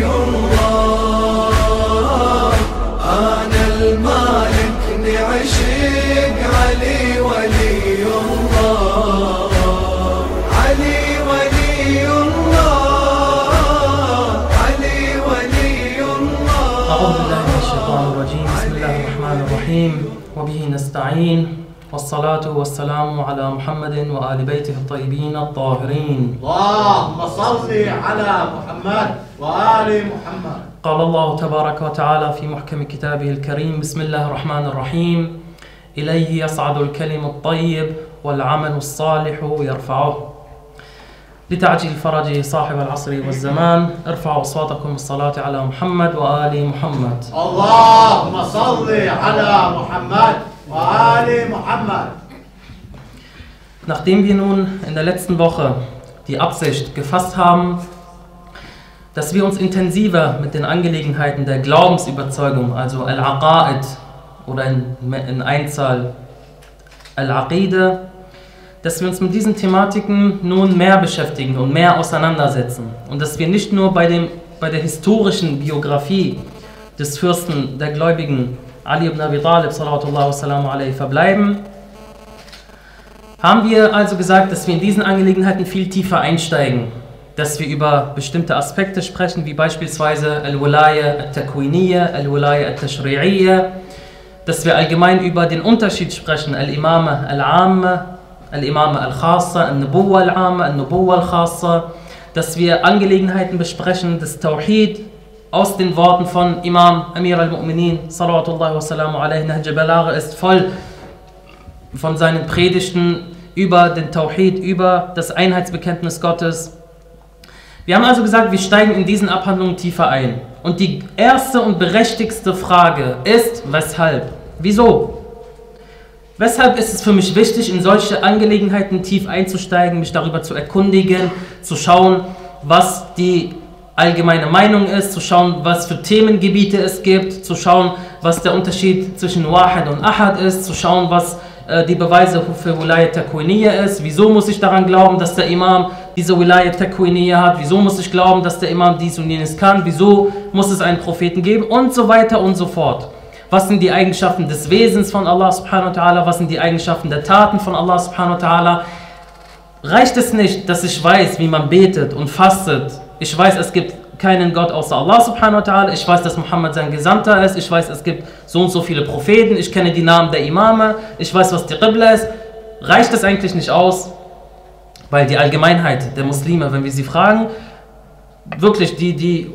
الله أنا المالك نعشق علي ولي الله علي ولي الله علي ولي الله. أعوذ بالله من الشيطان الرجيم. بسم الله الرحمن الرحيم وبه نستعين والصلاة والسلام على محمد وآل بيته الطيبين الطاهرين. اللهم صل على محمد وآل محمد. قال الله تبارك وتعالى في محكم كتابه الكريم: بسم الله الرحمن الرحيم إليه يصعد الكلم الطيب والعمل الصالح يرفعه. لتعجيل فرج صاحب العصر والزمان ارفعوا أصواتكم بالصلاة على محمد وآل محمد. اللهم صل على محمد وآل Muhammad. Nachdem wir nun in der letzten Woche die Absicht gefasst haben, dass wir uns intensiver mit den Angelegenheiten der Glaubensüberzeugung, also Al-Aqa'id oder in Einzahl Al-Aqide, dass wir uns mit diesen Thematiken nun mehr beschäftigen und mehr auseinandersetzen und dass wir nicht nur bei der historischen Biografie des Fürsten der Gläubigen Ali ibn Abi Talib sallallahu wasallam alayhi verbleiben, haben wir also gesagt, dass wir in diesen Angelegenheiten viel tiefer einsteigen, dass wir über bestimmte Aspekte sprechen, wie beispielsweise Al-Wilaya Al-Takwiniyya, Al-Wilaya Al-Tashri'iyya, dass wir allgemein über den Unterschied sprechen, Al-Imama Al-Amma, Al-Imama Al-Khassa, Al-Nubuwa Al-Amma, Al-Nubuwa Al-Khassa, dass wir Angelegenheiten besprechen des Tawhid aus den Worten von Imam Amir al-Mu'minin salawatullahi wa salamu alayhi. Nahj al-Balagha ist voll von seinen Predigten über den Tawhid, über das Einheitsbekenntnis Gottes. Wir haben also gesagt, wir steigen in diesen Abhandlungen tiefer ein. Und die erste und berechtigste Frage ist, weshalb? Wieso? Weshalb ist es für mich wichtig, in solche Angelegenheiten tief einzusteigen, mich darüber zu erkundigen, zu schauen, was die allgemeine Meinung ist, zu schauen, was für Themengebiete es gibt, zu schauen, was der Unterschied zwischen Wahid und Ahad ist, zu schauen, was die Beweise für Wilaya Takwiniyya ist, wieso muss ich daran glauben, dass der Imam diese Wilaya Takwiniyya hat, wieso muss ich glauben, dass der Imam dies und jenes kann, wieso muss es einen Propheten geben und so weiter und so fort. Was sind die Eigenschaften des Wesens von Allah subhanahu wa ta'ala, was sind die Eigenschaften der Taten von Allah subhanahu wa ta'ala. Reicht es nicht, dass ich weiß, wie man betet und fastet? Ich weiß, es gibt keinen Gott außer Allah subhanahu wa ta'ala. Ich weiß, dass Muhammad sein Gesandter ist. Ich weiß, es gibt so und so viele Propheten. Ich kenne die Namen der Imame. Ich weiß, was die Qibla ist. Reicht das eigentlich nicht aus? Weil die Allgemeinheit der Muslime, wenn wir sie fragen, wirklich die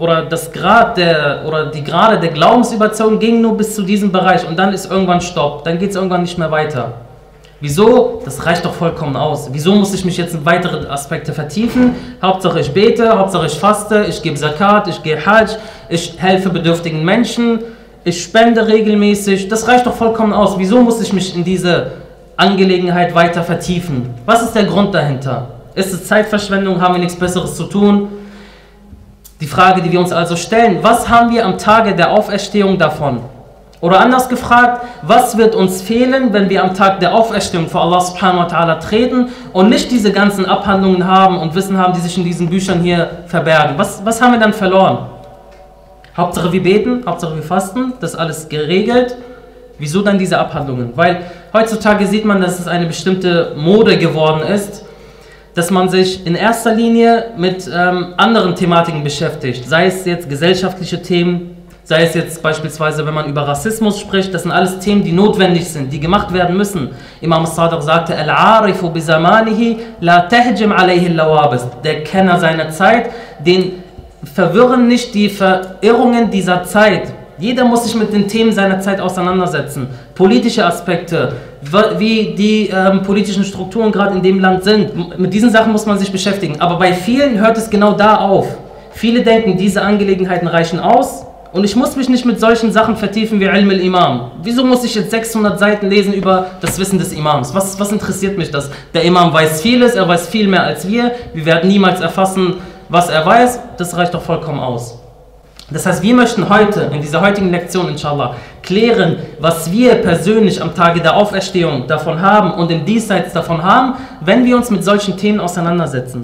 Grade der Glaubensüberzeugung ging nur bis zu diesem Bereich und dann ist irgendwann Stopp. Dann geht es irgendwann nicht mehr weiter. Wieso? Das reicht doch vollkommen aus. Wieso muss ich mich jetzt in weitere Aspekte vertiefen? Hauptsache ich bete, Hauptsache ich faste, ich gebe Zakat, ich gehe Hajj, ich helfe bedürftigen Menschen, ich spende regelmäßig. Das reicht doch vollkommen aus. Wieso muss ich mich in diese Angelegenheit weiter vertiefen? Was ist der Grund dahinter? Ist es Zeitverschwendung? Haben wir nichts Besseres zu tun? Die Frage, die wir uns also stellen, was haben wir am Tage der Auferstehung davon? Oder anders gefragt, was wird uns fehlen, wenn wir am Tag der Auferstehung vor Allah subhanahu wa ta'ala treten und nicht diese ganzen Abhandlungen haben und Wissen haben, die sich in diesen Büchern hier verbergen? Was haben wir dann verloren? Hauptsache wir beten, Hauptsache wir fasten, das ist alles geregelt. Wieso dann diese Abhandlungen? Weil heutzutage sieht man, dass es eine bestimmte Mode geworden ist, dass man sich in erster Linie mit anderen Thematiken beschäftigt, sei es jetzt gesellschaftliche Themen, sei es jetzt beispielsweise, wenn man über Rassismus spricht, das sind alles Themen, die notwendig sind, die gemacht werden müssen. Imam Sadiq sagte, Al-Arifu bi zamanihi la tahjim alayhi al-lawabis. Der Kenner seiner Zeit, den verwirren nicht die Verirrungen dieser Zeit. Jeder muss sich mit den Themen seiner Zeit auseinandersetzen. Politische Aspekte, wie die politischen Strukturen gerade in dem Land sind. Mit diesen Sachen muss man sich beschäftigen. Aber bei vielen hört es genau da auf. Viele denken, diese Angelegenheiten reichen aus. Und ich muss mich nicht mit solchen Sachen vertiefen wie Ilm al-Imam. Wieso muss ich jetzt 600 Seiten lesen über das Wissen des Imams? Was interessiert mich das? Der Imam weiß vieles, er weiß viel mehr als wir. Wir werden niemals erfassen, was er weiß. Das reicht doch vollkommen aus. Das heißt, wir möchten heute, in dieser heutigen Lektion, inshallah, klären, was wir persönlich am Tage der Auferstehung davon haben und im Diesseits davon haben, wenn wir uns mit solchen Themen auseinandersetzen.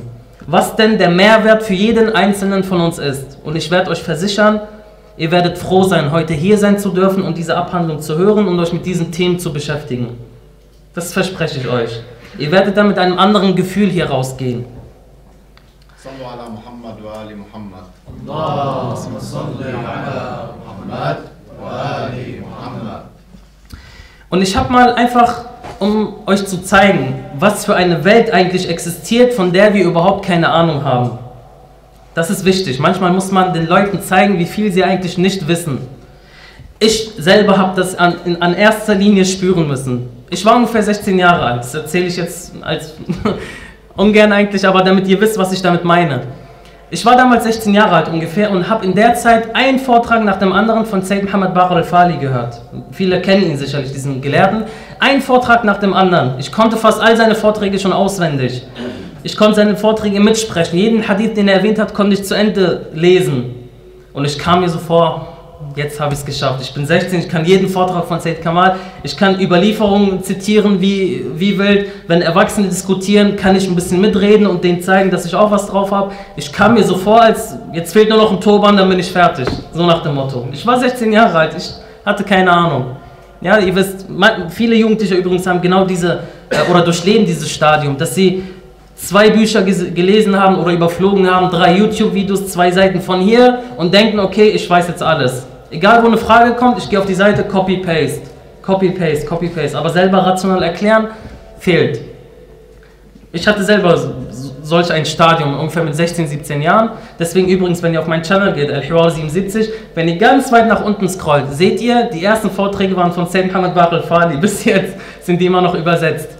was denn der Mehrwert für jeden Einzelnen von uns ist. Und ich werde euch versichern, ihr werdet froh sein, heute hier sein zu dürfen und diese Abhandlung zu hören und euch mit diesen Themen zu beschäftigen. Das verspreche ich euch. Ihr werdet dann mit einem anderen Gefühl hier rausgehen. Sallu ala Muhammad wa ali Muhammad. Allahumma salli ala Muhammad wa ali Muhammad. Und ich habe mal einfach, um euch zu zeigen, was für eine Welt eigentlich existiert, von der wir überhaupt keine Ahnung haben. Das ist wichtig. Manchmal muss man den Leuten zeigen, wie viel sie eigentlich nicht wissen. Ich selber habe das an erster Linie spüren müssen. Ich war ungefähr 16 Jahre alt. Das erzähle ich jetzt als ungern eigentlich, aber damit ihr wisst, was ich damit meine. Ich war damals 16 Jahre alt ungefähr und habe in der Zeit einen Vortrag nach dem anderen von Sayyid Muhammad Baqir al-Fali gehört. Viele kennen ihn sicherlich, diesen Gelehrten. Ein Vortrag nach dem anderen. Ich konnte fast all seine Vorträge schon auswendig. Ich konnte seine Vorträge mitsprechen. Jeden Hadith, den er erwähnt hat, konnte ich zu Ende lesen. Und ich kam mir so vor, jetzt habe ich es geschafft. Ich bin 16, ich kann jeden Vortrag von Sayyid Kamal, ich kann Überlieferungen zitieren wie wild. Wenn Erwachsene diskutieren, kann ich ein bisschen mitreden und denen zeigen, dass ich auch was drauf habe. Ich kam mir so vor, als jetzt fehlt nur noch ein Turban, dann bin ich fertig. So nach dem Motto. Ich war 16 Jahre alt, ich hatte keine Ahnung. Ja, ihr wisst, viele Jugendliche übrigens haben genau diese, oder durchleben dieses Stadium, dass sie 2 Bücher gelesen haben oder überflogen haben, 3 YouTube-Videos, 2 Seiten von hier und denken, okay, ich weiß jetzt alles. Egal, wo eine Frage kommt, ich gehe auf die Seite, Copy-Paste, Copy-Paste, Copy-Paste. Aber selber rational erklären, fehlt. Ich hatte selber solch ein Stadium, ungefähr mit 16, 17 Jahren. Deswegen übrigens, wenn ihr auf meinen Channel geht, Al-Hiwar 77, wenn ihr ganz weit nach unten scrollt, seht ihr, die ersten Vorträge waren von Sayyid Muhammad Baqir al-Fali. Bis jetzt sind die immer noch übersetzt.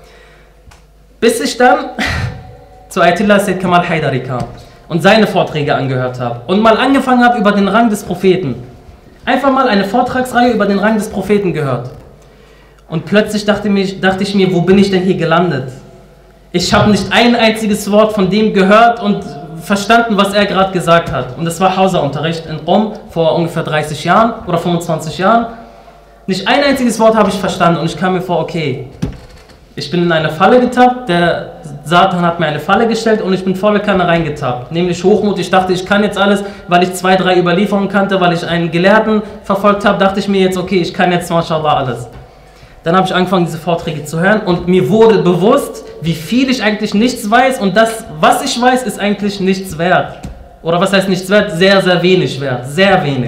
Bis ich dann zu Ayatollah Sayyid Kamal Haidari kam und seine Vorträge angehört habe und mal angefangen habe über den Rang des Propheten. Einfach mal eine Vortragsreihe über den Rang des Propheten gehört. Und plötzlich dachte ich mir, wo bin ich denn hier gelandet? Ich habe nicht ein einziges Wort von dem gehört und verstanden, was er gerade gesagt hat. Und das war Hausa-Unterricht in Rom vor ungefähr 30 Jahren oder 25 Jahren. Nicht ein einziges Wort habe ich verstanden und ich kam mir vor, okay, ich bin in eine Falle getappt, der Satan hat mir eine Falle gestellt und ich bin volle Kanne reingetappt. Nämlich Hochmut, ich dachte, ich kann jetzt alles, weil ich 2, 3 Überlieferungen kannte, weil ich einen Gelehrten verfolgt habe, dachte ich mir jetzt, okay, ich kann jetzt mashallah alles. Dann habe ich angefangen, diese Vorträge zu hören und mir wurde bewusst, wie viel ich eigentlich nichts weiß und das, was ich weiß, ist eigentlich nichts wert. Oder was heißt nichts wert? Sehr, sehr wenig wert. Sehr wenig.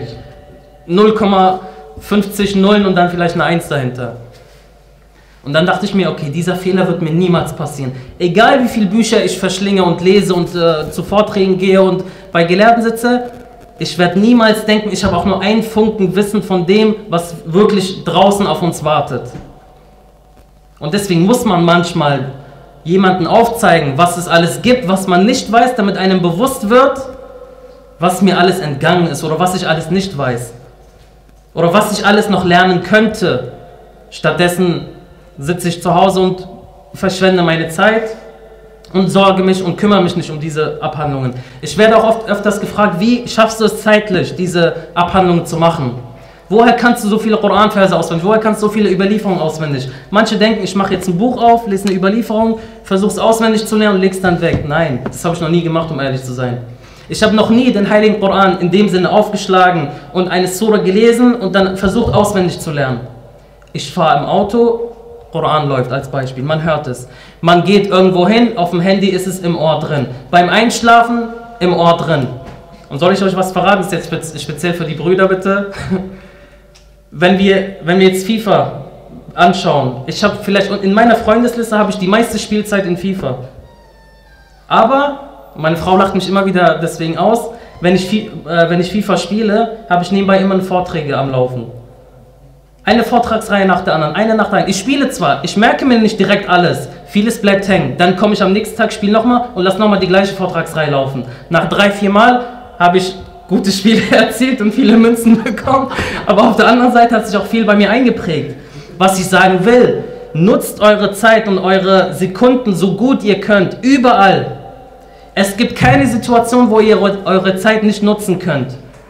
0,50 Nullen und dann vielleicht eine 1 dahinter. Und dann dachte ich mir, okay, dieser Fehler wird mir niemals passieren. Egal wie viele Bücher ich verschlinge und lese und zu Vorträgen gehe und bei Gelehrten sitze, ich werde niemals denken, ich habe auch nur einen Funken Wissen von dem, was wirklich draußen auf uns wartet. Und deswegen muss man manchmal jemanden aufzeigen, was es alles gibt, was man nicht weiß, damit einem bewusst wird, was mir alles entgangen ist oder was ich alles nicht weiß. Oder was ich alles noch lernen könnte. Stattdessen sitze ich zu Hause und verschwende meine Zeit und sorge mich und kümmere mich nicht um diese Abhandlungen. Ich werde auch öfters gefragt, wie schaffst du es zeitlich, diese Abhandlungen zu machen? Woher kannst du so viele Koranverse auswendig? Woher kannst du so viele Überlieferungen auswendig? Manche denken, ich mache jetzt ein Buch auf, lese eine Überlieferung, versuche es auswendig zu lernen und lege es dann weg. Nein, das habe ich noch nie gemacht, um ehrlich zu sein. Ich habe noch nie den Heiligen Koran in dem Sinne aufgeschlagen und eine Sura gelesen und dann versucht auswendig zu lernen. Ich fahre im Auto, Koran läuft als Beispiel, man hört es. Man geht irgendwo hin, auf dem Handy ist es im Ohr drin. Beim Einschlafen im Ohr drin. Und soll ich euch was verraten? Das ist jetzt speziell für die Brüder bitte. Wenn wir jetzt FIFA anschauen, ich habe vielleicht, in meiner Freundesliste habe ich die meiste Spielzeit in FIFA. Aber, meine Frau lacht mich immer wieder deswegen aus, wenn ich FIFA spiele, habe ich nebenbei immer Vorträge am Laufen. Eine Vortragsreihe nach der anderen, eine nach der anderen. Ich spiele zwar, ich merke mir nicht direkt alles, vieles bleibt hängen. Dann komme ich am nächsten Tag, spiele nochmal und lasse nochmal die gleiche Vortragsreihe laufen. Nach 3, 4 Mal habe ich gute Spiele erzielt und viele Münzen bekommen, aber auf der anderen Seite hat sich auch viel bei mir eingeprägt. Was ich sagen will, nutzt eure Zeit und eure Sekunden so gut ihr könnt, überall. Es gibt keine Situation, wo ihr eure Zeit nicht nutzen könnt.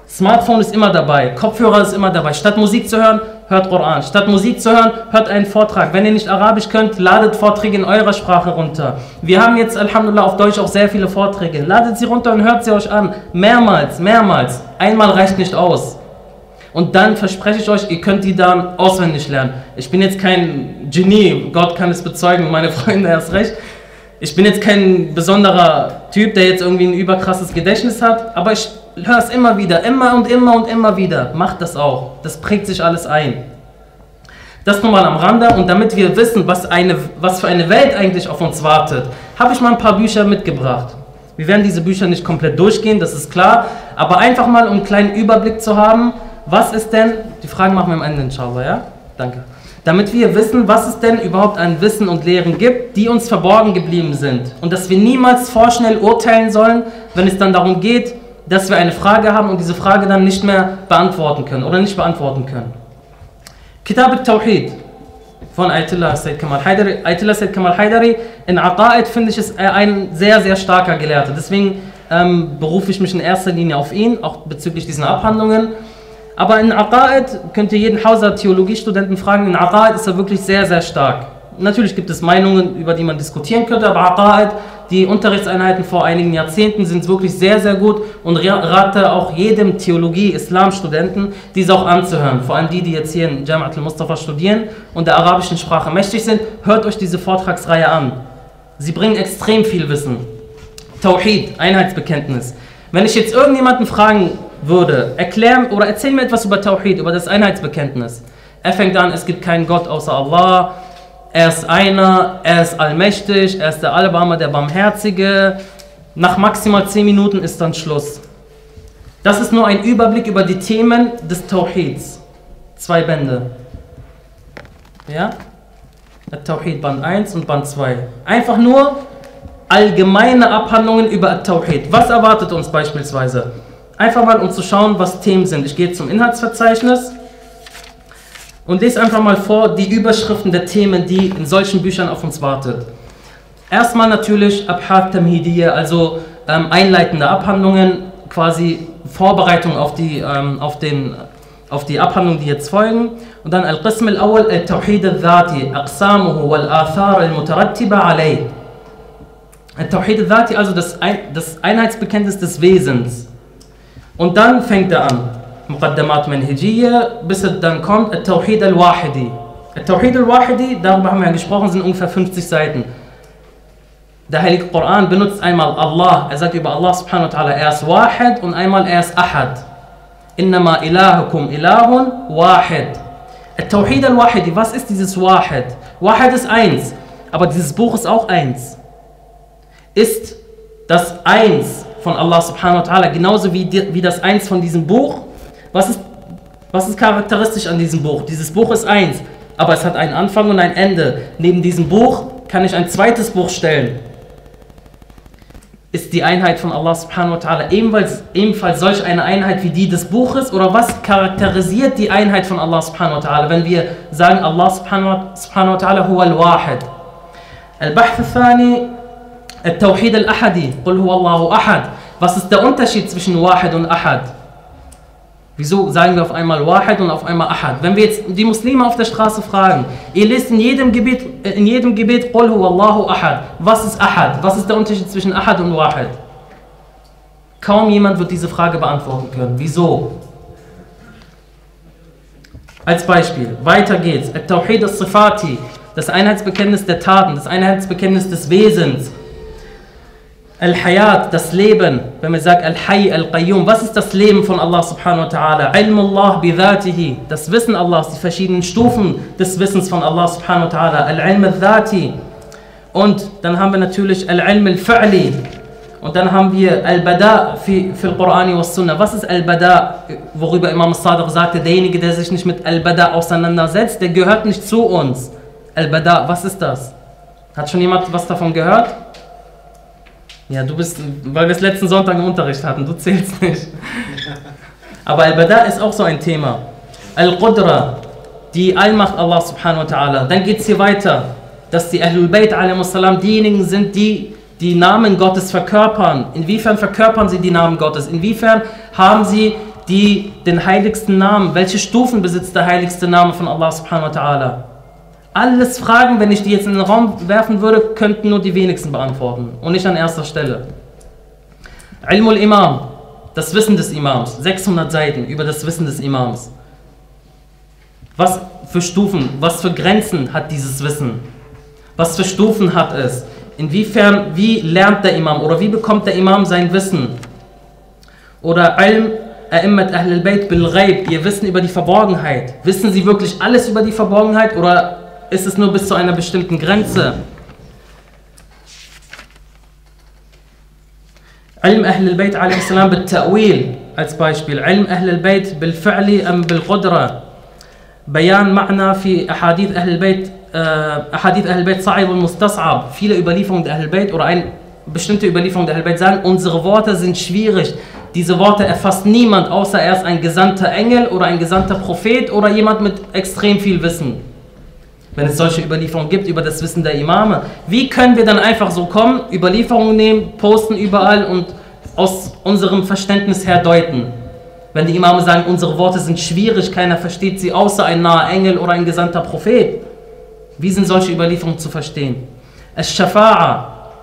Smartphone ist immer dabei, Kopfhörer ist immer dabei. Statt Musik zu hören, hört Koran. Statt Musik zu hören, hört einen Vortrag. Wenn ihr nicht Arabisch könnt, ladet Vorträge in eurer Sprache runter. Wir haben jetzt, Alhamdulillah, auf Deutsch auch sehr viele Vorträge. Ladet sie runter und hört sie euch an. Mehrmals, mehrmals. Einmal reicht nicht aus. Und dann verspreche ich euch, ihr könnt die dann auswendig lernen. Ich bin jetzt kein Genie, Gott kann es bezeugen, meine Freunde erst recht. Ich bin jetzt kein besonderer Typ, der jetzt irgendwie ein überkrasses Gedächtnis hat, aber ich höre es immer wieder, immer und immer und immer wieder. Macht das auch. Das prägt sich alles ein. Das nochmal am Rande. Und damit wir wissen, was für eine Welt eigentlich auf uns wartet, habe ich mal ein paar Bücher mitgebracht. Wir werden diese Bücher nicht komplett durchgehen, das ist klar. Aber einfach mal, um einen kleinen Überblick zu haben, was ist denn, die Fragen machen wir am Ende, inshallah, ja? Danke. Damit wir wissen, was es denn überhaupt an Wissen und Lehren gibt, die uns verborgen geblieben sind. Und dass wir niemals vorschnell urteilen sollen, wenn es dann darum geht, dass wir eine Frage haben und diese Frage dann nicht mehr beantworten können oder nicht beantworten können. Kitab al-Tawhid von Ayatollah Sayyid Kamal Haidari. Ayatollah Sayyid Kamal Haidari, in Aqaid finde ich es ein sehr, sehr starker Gelehrter. Deswegen berufe ich mich in erster Linie auf ihn, auch bezüglich diesen Abhandlungen. Aber in Aqaid könnt ihr jeden Hauser Theologiestudenten fragen, in Aqaid ist er wirklich sehr, sehr stark. Natürlich gibt es Meinungen, über die man diskutieren könnte, aber Aqaid, die Unterrichtseinheiten vor einigen Jahrzehnten sind wirklich sehr, sehr gut und rate auch jedem Theologie-Islam-Studenten, diese auch anzuhören. Vor allem die, die jetzt hier in Jamiat al-Mustafa studieren und der arabischen Sprache mächtig sind, hört euch diese Vortragsreihe an. Sie bringen extrem viel Wissen. Tawhid, Einheitsbekenntnis. Wenn ich jetzt irgendjemanden fragen würde, erklären oder erzähl mir etwas über Tawhid, über das Einheitsbekenntnis. Er fängt an, es gibt keinen Gott außer Allah, er ist einer, er ist allmächtig, er ist der Allerbarmer, der Barmherzige. Nach maximal 10 Minuten ist dann Schluss. Das ist nur ein Überblick über die Themen des Tawhids. 2 Bände. Ja? Tawhid Band 1 und Band 2. Einfach nur allgemeine Abhandlungen über Tawhid. Was erwartet uns beispielsweise? Einfach mal, um zu schauen, was Themen sind. Ich gehe zum Inhaltsverzeichnis und lese einfach mal vor die Überschriften der Themen, die in solchen Büchern auf uns wartet. Erstmal natürlich Abhad Tamhidiyya, also einleitende Abhandlungen, quasi Vorbereitung auf die Abhandlungen, die jetzt folgen. Und dann Al-Qism al-Awwal al-Tawhid al-Dhati, Aqsamuhu wal-Athar al-Mutarattiba alayh. Al-Tawhid al-Dhati, also das Einheitsbekenntnis des Wesens. Und dann fängt er an, Muqaddamat Manhijiyya, bis er dann kommt, Al-Tawhid al-Wahidi. Al-Tawhid al-Wahidi, darüber haben wir ja gesprochen, sind ungefähr 50 Seiten. Der Heilige Koran benutzt einmal Allah, er sagt über Allah subhanahu wa ta'ala, er ist Wahid und einmal er ist Ahad. Innama ilahukum ilahun Wahid. Al-Tawhid al-Wahidi, was ist dieses Wahid? Wahid ist 1, aber dieses Buch ist auch 1. Ist das 1 von Allah subhanahu wa ta'ala, genauso wie das 1 von diesem Buch. Was ist charakteristisch an diesem Buch? Dieses Buch ist 1, aber es hat einen Anfang und ein Ende. Neben diesem Buch kann ich ein zweites Buch stellen. Ist die Einheit von Allah subhanahu wa ta'ala ebenfalls solch eine Einheit wie die des Buches? Oder was charakterisiert die Einheit von Allah subhanahu wa ta'ala, wenn wir sagen, Allah subhanahu wa ta'ala huwa al-Wahid? Al-Bahth al-Thani, Al-Tawhid al-Ahadi, Qul huwa Allahu Ahad. Was ist der Unterschied zwischen Wahid und Ahad? Wieso sagen wir auf einmal Wahid und auf einmal Ahad? Wenn wir jetzt die Muslime auf der Straße fragen, ihr lest in jedem Gebet Qul huwa Allahu Ahad. Was ist Ahad? Was ist der Unterschied zwischen Ahad und Wahid? Kaum jemand wird diese Frage beantworten können. Wieso? Als Beispiel, weiter geht's. Al-Tawhid al-Sifati, das Einheitsbekenntnis der Taten, das Einheitsbekenntnis des Wesens. Al-Hayat, das Leben, wenn man sagt Al-Hayy, Al-Qayyum, was ist das Leben von Allah subhanahu wa ta'ala? Ilmullah bidhatihi, das Wissen Allahs, die verschiedenen Stufen des Wissens von Allah subhanahu wa ta'ala. Al-Ilm al-Dhati, und dann haben wir natürlich Al-Ilm al-Fa'li, und dann haben wir Al-Bada fi al-Qur'ani wa Sunnah. Was ist Al-Bada, worüber Imam Sadiq sagte, derjenige, der sich nicht mit Al-Bada auseinandersetzt, der gehört nicht zu uns. Al-Bada, was ist das? Hat schon jemand was davon gehört? Ja, du bist, weil wir es letzten Sonntag im Unterricht hatten, du zählst nicht. Aber Al-Bada ist auch so ein Thema. Al-Qudra, die Allmacht Allah subhanahu wa ta'ala. Dann geht es hier weiter, dass die Ahlul Bayt a.s. diejenigen sind, die Namen Gottes verkörpern. Inwiefern verkörpern sie die Namen Gottes? Inwiefern haben sie die den heiligsten Namen? Welche Stufen besitzt der heiligste Name von Allah subhanahu wa ta'ala? Alles Fragen, wenn ich die jetzt in den Raum werfen würde, könnten nur die wenigsten beantworten und nicht an erster Stelle. Ilmul Imam, das Wissen des Imams, 600 Seiten über das Wissen des Imams. Was für Stufen, was für Grenzen hat dieses Wissen? Was für Stufen hat es? Inwiefern, wie lernt der Imam oder wie bekommt der Imam sein Wissen? Oder Ilm A'immat Ahlul Bayt bil Ghaib, ihr Wissen über die Verborgenheit. Wissen sie wirklich alles über die Verborgenheit oder ist es nur bis zu einer bestimmten Grenze? Ilm Ahlul Bayt a.s. bil Ta'wil als Beispiel. Ilm Ahlul Bayt bil Fa'li am bil Qudra. Bayan Ma'na fi Ahadith Ahlul Bayt. Ahadith Ahlul Bayt Sa'ib und Mustas'ab. Viele Überlieferungen der Ahlul Bayt oder eine bestimmte Überlieferung der Ahlul Bayt sagen, unsere Worte sind schwierig. Diese Worte erfasst niemand, außer er ist ein gesandter Engel oder ein gesandter Prophet oder jemand mit extrem viel Wissen. Wenn es solche Überlieferungen gibt über das Wissen der Imame. Wie können wir dann einfach so kommen, Überlieferungen nehmen, posten überall und aus unserem Verständnis her deuten? Wenn die Imame sagen, unsere Worte sind schwierig, keiner versteht sie, außer ein naher Engel oder ein gesandter Prophet. Wie sind solche Überlieferungen zu verstehen? Ash-Shafa'a,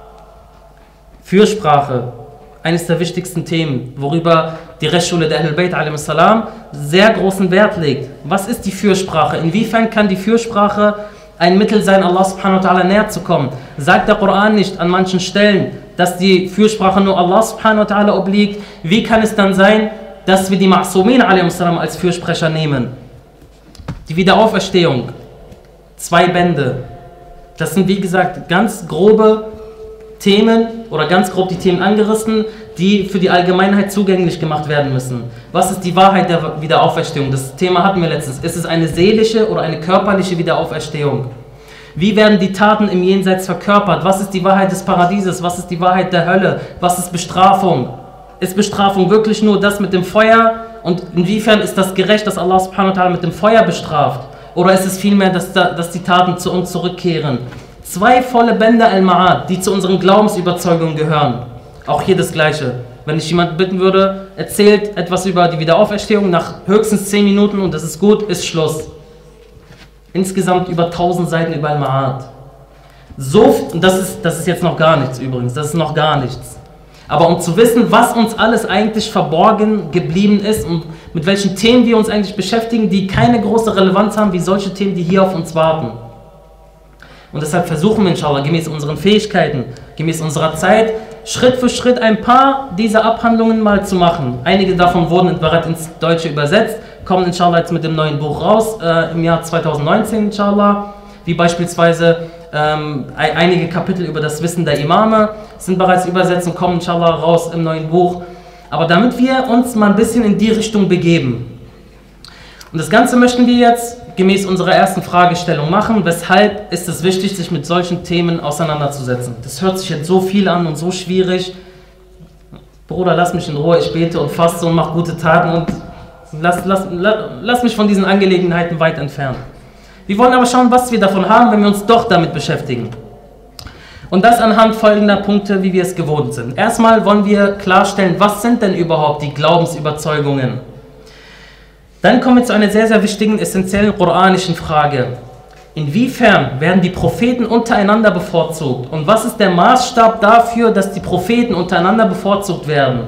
Fürsprache, eines der wichtigsten Themen, worüber die Rechtsschule der Ahlul Bayt a.s. sehr großen Wert legt. Was ist die Fürsprache? Inwiefern kann die Fürsprache ein Mittel sein, Allah subhanahu wa ta'ala näher zu kommen? Sagt der Koran nicht an manchen Stellen, dass die Fürsprache nur Allah subhanahu wa ta'ala obliegt? Wie kann es dann sein, dass wir die Ma'sumin a.s. als Fürsprecher nehmen? Die Wiederauferstehung, 2 Bände. Das sind wie gesagt ganz grobe Themen oder ganz grob die Themen angerissen, die für die Allgemeinheit zugänglich gemacht werden müssen. Was ist die Wahrheit der Wiederauferstehung? Das Thema hatten wir letztens. Ist es eine seelische oder eine körperliche Wiederauferstehung? Wie werden die Taten im Jenseits verkörpert? Was ist die Wahrheit des Paradieses? Was ist die Wahrheit der Hölle? Was ist Bestrafung? Ist Bestrafung wirklich nur das mit dem Feuer? Und inwiefern ist das gerecht, dass Allah subhanahu wa ta'ala mit dem Feuer bestraft? Oder ist es vielmehr, dass die Taten zu uns zurückkehren? 2 volle Bände Al-Ma'ad, die zu unseren Glaubensüberzeugungen gehören. Auch hier das Gleiche. Wenn ich jemanden bitten würde, erzählt etwas über die Wiederauferstehung, nach höchstens 10 Minuten und das ist gut, ist Schluss. Insgesamt über 1000 Seiten über Al-Ma'ad. So, das ist jetzt noch gar nichts übrigens, das ist noch gar nichts. Aber um zu wissen, was uns alles eigentlich verborgen geblieben ist und mit welchen Themen wir uns eigentlich beschäftigen, die keine große Relevanz haben, wie solche Themen, die hier auf uns warten. Und deshalb versuchen wir inshallah, gemäß unseren Fähigkeiten, gemäß unserer Zeit, Schritt für Schritt ein paar dieser Abhandlungen mal zu machen. Einige davon wurden bereits ins Deutsche übersetzt, kommen inshallah jetzt mit dem neuen Buch raus, im Jahr 2019 inshallah. Wie beispielsweise einige Kapitel über das Wissen der Imame sind bereits übersetzt und kommen inshallah raus im neuen Buch. Aber damit wir uns mal ein bisschen in die Richtung begeben. Und das Ganze möchten wir jetzt gemäß unserer ersten Fragestellung machen. Weshalb ist es wichtig, sich mit solchen Themen auseinanderzusetzen? Das hört sich jetzt so viel an und so schwierig. Bruder, lass mich in Ruhe, ich bete und faste und mache gute Taten und lass mich von diesen Angelegenheiten weit entfernen. Wir wollen aber schauen, was wir davon haben, wenn wir uns doch damit beschäftigen. Und das anhand folgender Punkte, wie wir es gewohnt sind. Erstmal wollen wir klarstellen, was sind denn überhaupt die Glaubensüberzeugungen? Dann kommen wir zu einer sehr, sehr wichtigen, essentiellen koranischen Frage. Inwiefern werden die Propheten untereinander bevorzugt? Und was ist der Maßstab dafür, dass die Propheten untereinander bevorzugt werden?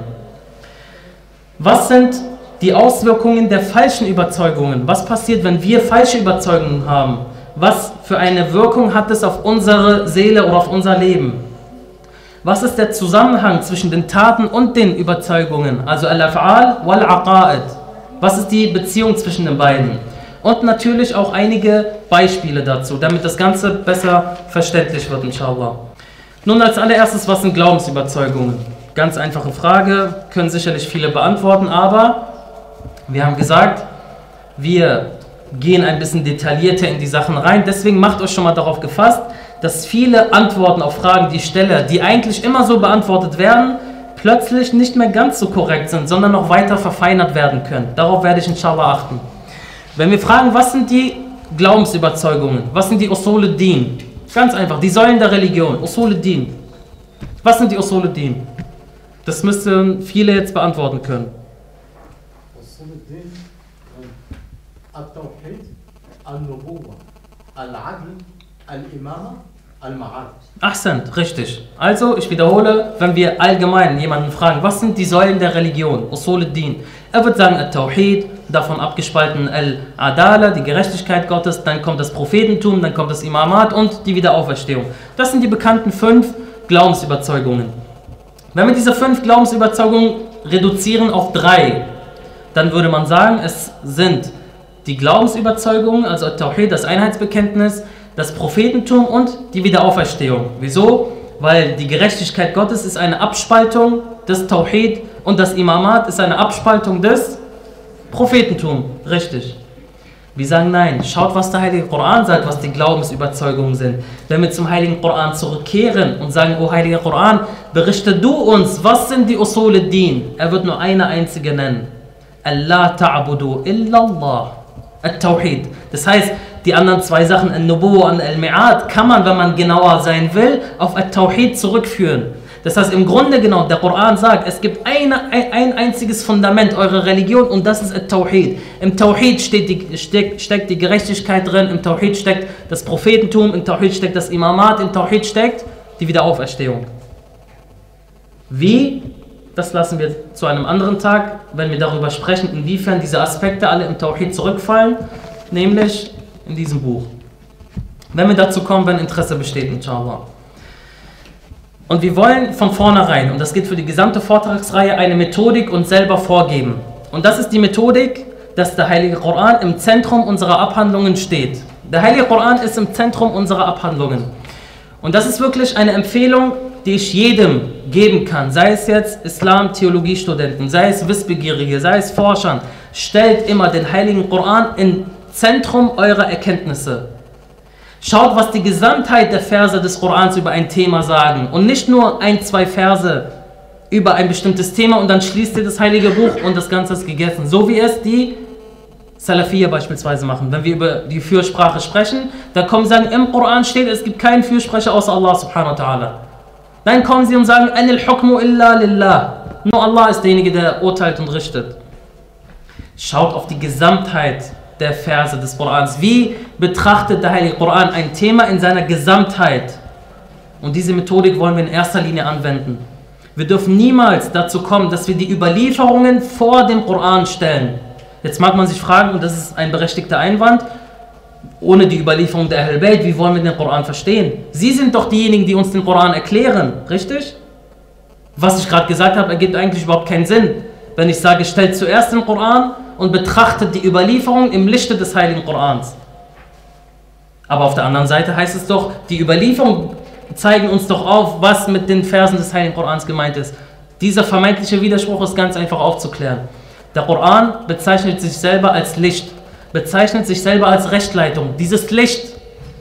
Was sind die Auswirkungen der falschen Überzeugungen? Was passiert, wenn wir falsche Überzeugungen haben? Was für eine Wirkung hat es auf unsere Seele oder auf unser Leben? Was ist der Zusammenhang zwischen den Taten und den Überzeugungen? Also Al-Af'al wal-Aqa'id. Was ist die Beziehung zwischen den beiden? Und natürlich auch einige Beispiele dazu, damit das Ganze besser verständlich wird, inshallah. Nun als allererstes, was sind Glaubensüberzeugungen? Ganz einfache Frage, können sicherlich viele beantworten, aber wir haben gesagt, wir gehen ein bisschen detaillierter in die Sachen rein. Deswegen macht euch schon mal darauf gefasst, dass viele Antworten auf Fragen, die ich stelle, die eigentlich immer so beantwortet werden, plötzlich nicht mehr ganz so korrekt sind, sondern noch weiter verfeinert werden können. Darauf werde ich inshallah achten. Wenn wir fragen, was sind die Glaubensüberzeugungen? Was sind die Usul-ud-Din? Ganz einfach, die Säulen der Religion, Usul-ud-Din. Was sind die Usul-ud-Din? Das müssten viele jetzt beantworten können. التوحيد النبوة العدل الإمامة المعاد. Ahsant, richtig. Also, ich wiederhole, wenn wir allgemein jemanden fragen, was sind die Säulen der Religion, Usul ad-Din? Er wird sagen, Al-Tawhid, davon abgespalten Al-Adala, die Gerechtigkeit Gottes, dann kommt das Prophetentum, dann kommt das Imamat und die Wiederauferstehung. Das sind die bekannten 5 Glaubensüberzeugungen. Wenn wir diese 5 Glaubensüberzeugungen reduzieren auf 3, dann würde man sagen, es sind die Glaubensüberzeugungen, also Al-Tawhid, das Einheitsbekenntnis, das Prophetentum und die Wiederauferstehung. Wieso? Weil die Gerechtigkeit Gottes ist eine Abspaltung des Tawhid und das Imamat ist eine Abspaltung des Prophetentums. Richtig. Wir sagen nein. Schaut, was der Heilige Koran sagt, was die Glaubensüberzeugungen sind. Wenn wir zum Heiligen Koran zurückkehren und sagen, O Heiliger Koran, berichte du uns, was sind die Usul ad-Din? Er wird nur eine einzige nennen. Allah ta'budu illallah. Al-Tawhid. Das heißt, die anderen 2 Sachen, Al-Nubuwa und Al-Mi'ad, kann man, wenn man genauer sein will, auf Al-Tawhid zurückführen. Das heißt, im Grunde genommen, der Koran sagt, es gibt ein einziges Fundament eurer Religion und das ist Al-Tawhid. Im Tawhid steckt die Gerechtigkeit drin, im Tawhid steckt das Prophetentum, im Tawhid steckt das Imamat, im Tawhid steckt die Wiederauferstehung. Wie? Das lassen wir zu einem anderen Tag, wenn wir darüber sprechen, inwiefern diese Aspekte alle im Tawhid zurückfallen, nämlich in diesem Buch. Wenn wir dazu kommen, wenn Interesse besteht, inshallah. Und wir wollen von vornherein, und das gilt für die gesamte Vortragsreihe, eine Methodik uns selber vorgeben. Und das ist die Methodik, dass der Heilige Koran im Zentrum unserer Abhandlungen steht. Der Heilige Koran ist im Zentrum unserer Abhandlungen. Und das ist wirklich eine Empfehlung, die ich jedem geben kann, sei es jetzt Islam-Theologiestudenten, sei es Wissbegierige, sei es Forschern. Stellt immer den Heiligen Koran im Zentrum eurer Erkenntnisse. Schaut, was die Gesamtheit der Verse des Korans über ein Thema sagen und nicht nur 1, 2 Verse über ein bestimmtes Thema und dann schließt ihr das Heilige Buch und das Ganze ist gegessen. So wie es die Salafiyya beispielsweise machen. Wenn wir über die Fürsprache sprechen, dann kommen sie sagen, im Koran steht, es gibt keinen Fürsprecher außer Allah subhanahu wa ta'ala. Dann kommen sie und sagen, Anil hukmu illa lillah. Nur Allah ist derjenige, der urteilt und richtet. Schaut auf die Gesamtheit der Verse des Korans. Wie betrachtet der Heilige Koran ein Thema in seiner Gesamtheit? Und diese Methodik wollen wir in erster Linie anwenden. Wir dürfen niemals dazu kommen, dass wir die Überlieferungen vor dem Koran stellen. Jetzt mag man sich fragen, und das ist ein berechtigter Einwand, ohne die Überlieferung der Ahlul Bayt, wie wollen wir den Koran verstehen? Sie sind doch diejenigen, die uns den Koran erklären, richtig? Was ich gerade gesagt habe, ergibt eigentlich überhaupt keinen Sinn. Wenn ich sage, stellt zuerst den Koran und betrachtet die Überlieferung im Lichte des Heiligen Korans. Aber auf der anderen Seite heißt es doch, die Überlieferungen zeigen uns doch auf, was mit den Versen des Heiligen Korans gemeint ist. Dieser vermeintliche Widerspruch ist ganz einfach aufzuklären. Der Koran bezeichnet sich selber als Licht, bezeichnet sich selber als Rechtleitung. Dieses Licht,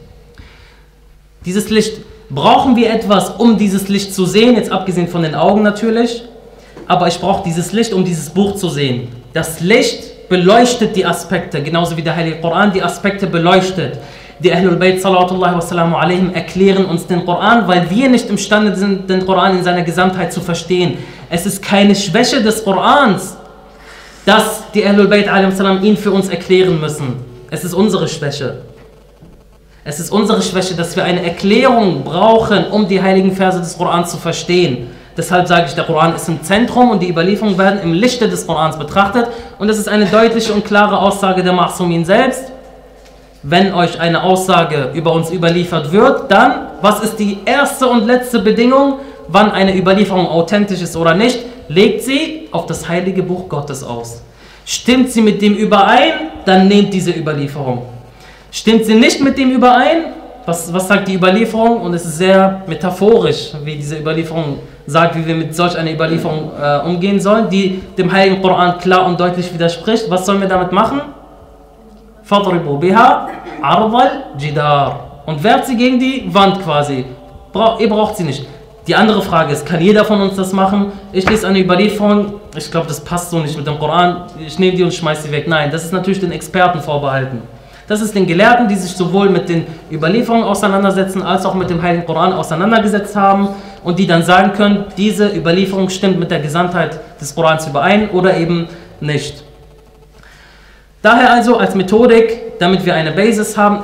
brauchen wir etwas, um dieses Licht zu sehen, jetzt abgesehen von den Augen natürlich, aber ich brauche dieses Licht, um dieses Buch zu sehen. Das Licht beleuchtet die Aspekte, genauso wie der Heilige Koran die Aspekte beleuchtet. Die Ahlul Bayt salawatullahi wa salamu alaihim erklären uns den Koran, weil wir nicht imstande sind, den Koran in seiner Gesamtheit zu verstehen. Es ist keine Schwäche des Korans, dass die Ahlul Bayt a.s. ihn für uns erklären müssen. Es ist unsere Schwäche. Es ist unsere Schwäche, dass wir eine Erklärung brauchen, um die heiligen Verse des Korans zu verstehen. Deshalb sage ich, der Koran ist im Zentrum und die Überlieferungen werden im Lichte des Korans betrachtet. Und das ist eine deutliche und klare Aussage der Ma'sumin selbst. Wenn euch eine Aussage über uns überliefert wird, dann, was ist die erste und letzte Bedingung, wann eine Überlieferung authentisch ist oder nicht? Legt sie auf das heilige Buch Gottes aus. Stimmt sie mit dem überein, dann nehmt diese Überlieferung. Stimmt sie nicht mit dem überein, was sagt die Überlieferung? Und es ist sehr metaphorisch, wie diese Überlieferung sagt, wie wir mit solch einer Überlieferung umgehen sollen, die dem Heiligen Koran klar und deutlich widerspricht. Was sollen wir damit machen? Fadribu biha ardal jidar. Und werft sie gegen die Wand quasi. Ihr braucht sie nicht. Die andere Frage ist, kann jeder von uns das machen? Ich lese eine Überlieferung, ich glaube, das passt so nicht mit dem Koran, ich nehme die und schmeiße sie weg. Nein, das ist natürlich den Experten vorbehalten. Das ist den Gelehrten, die sich sowohl mit den Überlieferungen auseinandersetzen, als auch mit dem Heiligen Koran auseinandergesetzt haben und die dann sagen können, diese Überlieferung stimmt mit der Gesamtheit des Korans überein oder eben nicht. Daher also als Methodik, damit wir eine Basis haben,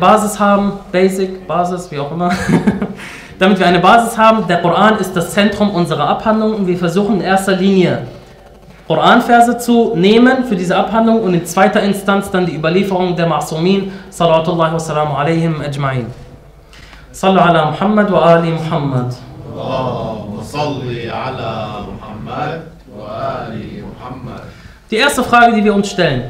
Basis, wie auch immer, damit wir eine Basis haben, der Koran ist das Zentrum unserer Abhandlung und wir versuchen in erster Linie Koranverse zu nehmen für diese Abhandlung und in zweiter Instanz dann die Überlieferung der Ma'sumin, salawatullahi wa salamu alayhim ajma'in. Sallu ala Muhammad wa ali Muhammad. Allahumma salli ala Muhammad wa ali Muhammad. Die erste Frage, die wir uns stellen: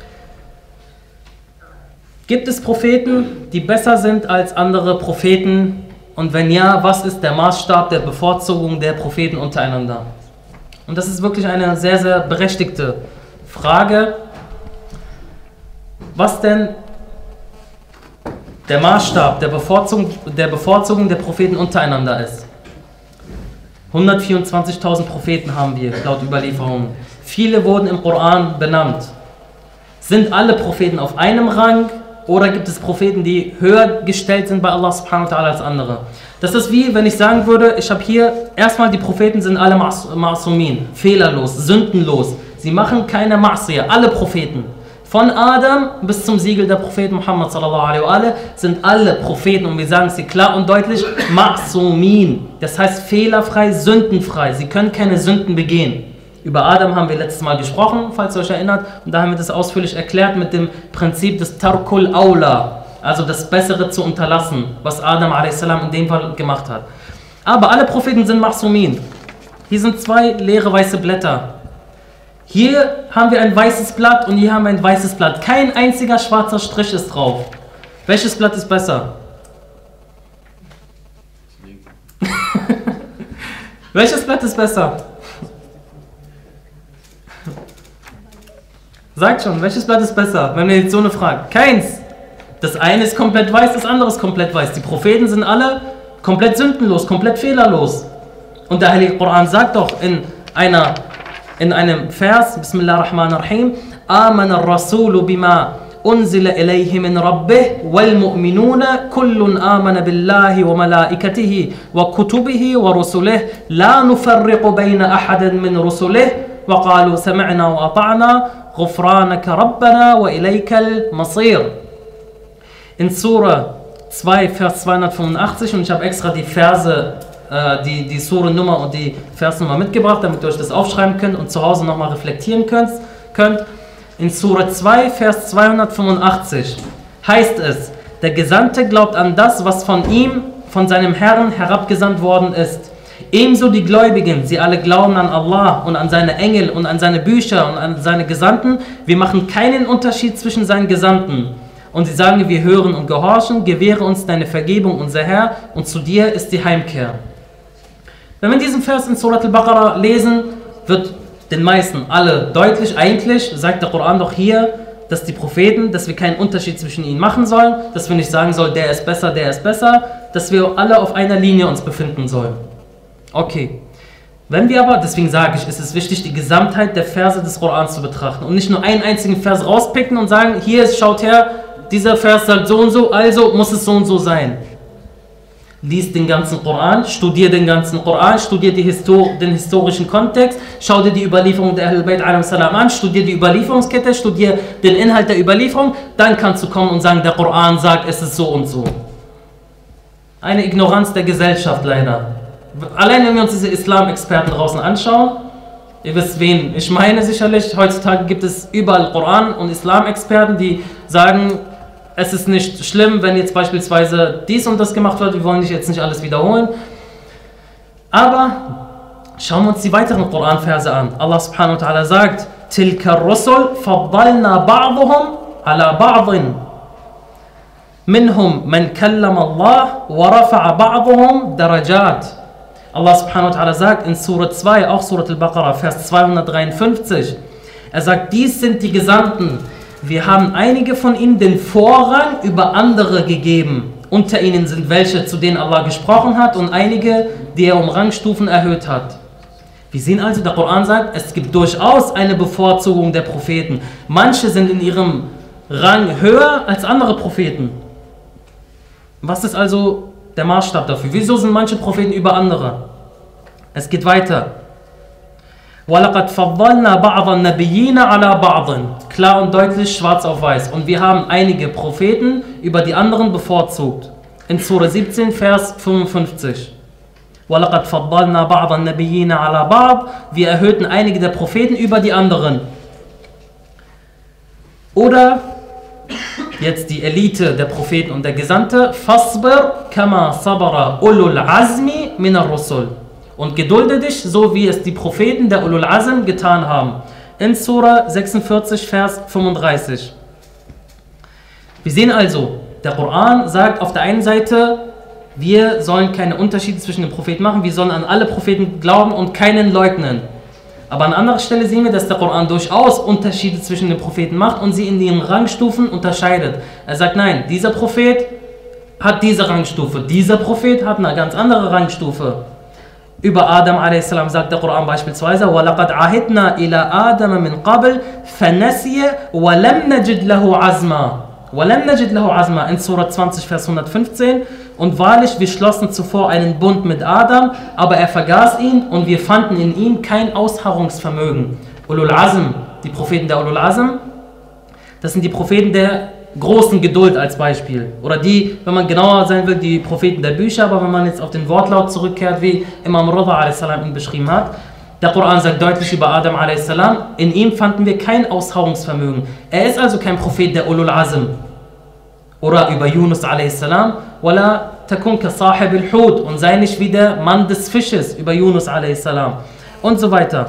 Gibt es Propheten, die besser sind als andere Propheten? Und wenn ja, was ist der Maßstab der Bevorzugung der Propheten untereinander? Und das ist wirklich eine sehr, sehr berechtigte Frage. Was denn der Maßstab der Bevorzugung der Propheten untereinander ist? 124.000 Propheten haben wir laut Überlieferungen. Viele wurden im Koran benannt. Sind alle Propheten auf einem Rang oder gibt es Propheten, die höher gestellt sind bei Allah subhanahu wa ta'ala als andere? Das ist wie, wenn ich sagen würde, ich habe hier, erstmal die Propheten sind alle Ma'sumin, fehlerlos, sündenlos. Sie machen keine Ma'siyah, alle Propheten. Von Adam bis zum Siegel der Propheten Muhammad sallallahu alaihi wa sallam sind alle Propheten, und wir sagen sie klar und deutlich, Ma'sumin. Das heißt fehlerfrei, sündenfrei. Sie können keine Sünden begehen. Über Adam haben wir letztes Mal gesprochen, falls ihr euch erinnert, und da haben wir das ausführlich erklärt mit dem Prinzip des Tarkul Awla. Also das Bessere zu unterlassen, was Adam a.s. in dem Fall gemacht hat. Aber alle Propheten sind Ma'sumin. Hier sind zwei leere weiße Blätter. Hier haben wir ein weißes Blatt und hier haben wir ein weißes Blatt. Kein einziger schwarzer Strich ist drauf. Welches Blatt ist besser? Welches Blatt ist besser? Sagt schon, welches Blatt ist besser, wenn wir jetzt so eine Frage? Keins. Das eine ist komplett weiß, das andere ist komplett weiß. Die Propheten sind alle komplett sündenlos, komplett fehlerlos. Und der Heilige Koran sagt doch in einem Vers, Bismillahirrahmanirrahim, Amana ar-Rasulu bima unzila ilayhi min rabbih wal mu'minuna kullun amana billahi wa malaikatihi wa kutubihi wa rusulih la nufarriqu bayna ahadin min rusulih wa qalu sami'na wa ata'na ghufranaka rabbana wa ilaykal masir. In Surah 2, Vers 285, und ich habe extra die Verse, die Surah-Nummer und die Versnummer mitgebracht, damit ihr euch das aufschreiben könnt und zu Hause nochmal reflektieren könnt. In Surah 2, Vers 285 heißt es: Der Gesandte glaubt an das, was von ihm, von seinem Herrn herabgesandt worden ist. Ebenso die Gläubigen, sie alle glauben an Allah und an seine Engel und an seine Bücher und an seine Gesandten. Wir machen keinen Unterschied zwischen seinen Gesandten. Und sie sagen, wir hören und gehorchen, gewähre uns deine Vergebung, unser Herr, und zu dir ist die Heimkehr. Wenn wir diesen Vers in Surat al-Baqarah lesen, wird den meisten alle deutlich, eigentlich sagt der Koran doch hier, dass die Propheten, dass wir keinen Unterschied zwischen ihnen machen sollen, dass wir nicht sagen sollen, der ist besser, dass wir alle auf einer Linie uns befinden sollen. Okay. Wenn wir aber, deswegen sage ich, ist es wichtig, die Gesamtheit der Verse des Korans zu betrachten und nicht nur einen einzigen Vers rauspicken und sagen, hier ist, schaut her, dieser Vers sagt so und so, also muss es so und so sein. Lies den ganzen Koran, studier den ganzen Koran, studier den historischen Kontext, schau dir die Überlieferung der Ahlul Bayt an, studier die Überlieferungskette, studier den Inhalt der Überlieferung, dann kannst du kommen und sagen, der Koran sagt, es ist so und so. Eine Ignoranz der Gesellschaft leider. Allein wenn wir uns diese Islam-Experten draußen anschauen, ihr wisst, wen ich meine sicherlich, heutzutage gibt es überall Koran- und Islam-Experten, die sagen, es ist nicht schlimm, wenn jetzt beispielsweise dies und das gemacht wird, wir wollen jetzt nicht alles wiederholen. Aber schauen wir uns die weiteren Koran-Verse an. Allah subhanahu wa ta'ala sagt, Tilka Rusul faddalna ba'duhum ala ba'din. Minhum man kallama Allah wa rafa'a ba'duhum darajat. Allah subhanahu wa ta'ala sagt in Surah 2, auch Surah al-Baqarah, Vers 253, er sagt, dies sind die Gesandten, wir haben einige von ihnen den Vorrang über andere gegeben. Unter ihnen sind welche, zu denen Allah gesprochen hat, und einige, die er um Rangstufen erhöht hat. Wir sehen also, der Koran sagt, es gibt durchaus eine Bevorzugung der Propheten. Manche sind in ihrem Rang höher als andere Propheten. Was ist also der Maßstab dafür? Wieso sind manche Propheten über andere? Es geht weiter. وَلَقَدْ فَضَّلْنَا بَعْضَ النَّبِيِّينَ عَلَى بَعْضٍ. Klar und deutlich, schwarz auf weiß. Und wir haben einige Propheten über die anderen bevorzugt. In Surah 17, Vers 55. وَلَقَدْ فَضَّلْنَا بَعْضَ النَّبِيِّينَ عَلَى بَعْضٍ. Wir erhöhten einige der Propheten über die anderen. Oder jetzt die Elite der Propheten und der Gesandte. فَاصْبِرْ كَمَا صَبَرَ أُولُو الْعَزْمِ مِنَ الرُّسُلِ. Und gedulde dich, so wie es die Propheten der Ulul Azm getan haben. In Surah 46, Vers 35. Wir sehen also, der Koran sagt auf der einen Seite, wir sollen keine Unterschiede zwischen den Propheten machen, wir sollen an alle Propheten glauben und keinen leugnen. Aber an anderer Stelle sehen wir, dass der Koran durchaus Unterschiede zwischen den Propheten macht und sie in ihren Rangstufen unterscheidet. Er sagt, nein, dieser Prophet hat diese Rangstufe, dieser Prophet hat eine ganz andere Rangstufe. Über Adam a.s. sagt der Koran beispielsweise, وَلَقَدْ عَهِدْنَا إِلَىٰ آدَمَ مِنْ قَبْلِ فَنَسِيَ وَلَمْ نَجِدْ لَهُ عَزْمًا. وَلَمْ نَجِدْ لَهُ عَزْمًا in Surah 20, Vers 115. Und wahrlich, wir schlossen zuvor einen Bund mit Adam, aber er vergaß ihn und wir fanden in ihm kein Ausharrungsvermögen. Ulul Azm, die Propheten der Ulul Azm, das sind die Propheten der großen Geduld als Beispiel. Oder die, wenn man genauer sein will, die Propheten der Bücher, aber wenn man jetzt auf den Wortlaut zurückkehrt, wie Imam Rida a.s. ihn beschrieben hat, der Koran sagt deutlich über Adam a.s., in ihm fanden wir kein Ausharrungsvermögen. Er ist also kein Prophet der Ulul Azm. Oder über Yunus a.s. وَلَا تَكُنْ كَصَاحِبِ الْحُوتِ und sei nicht wie der Mann des Fisches über Yunus a.s. und so weiter.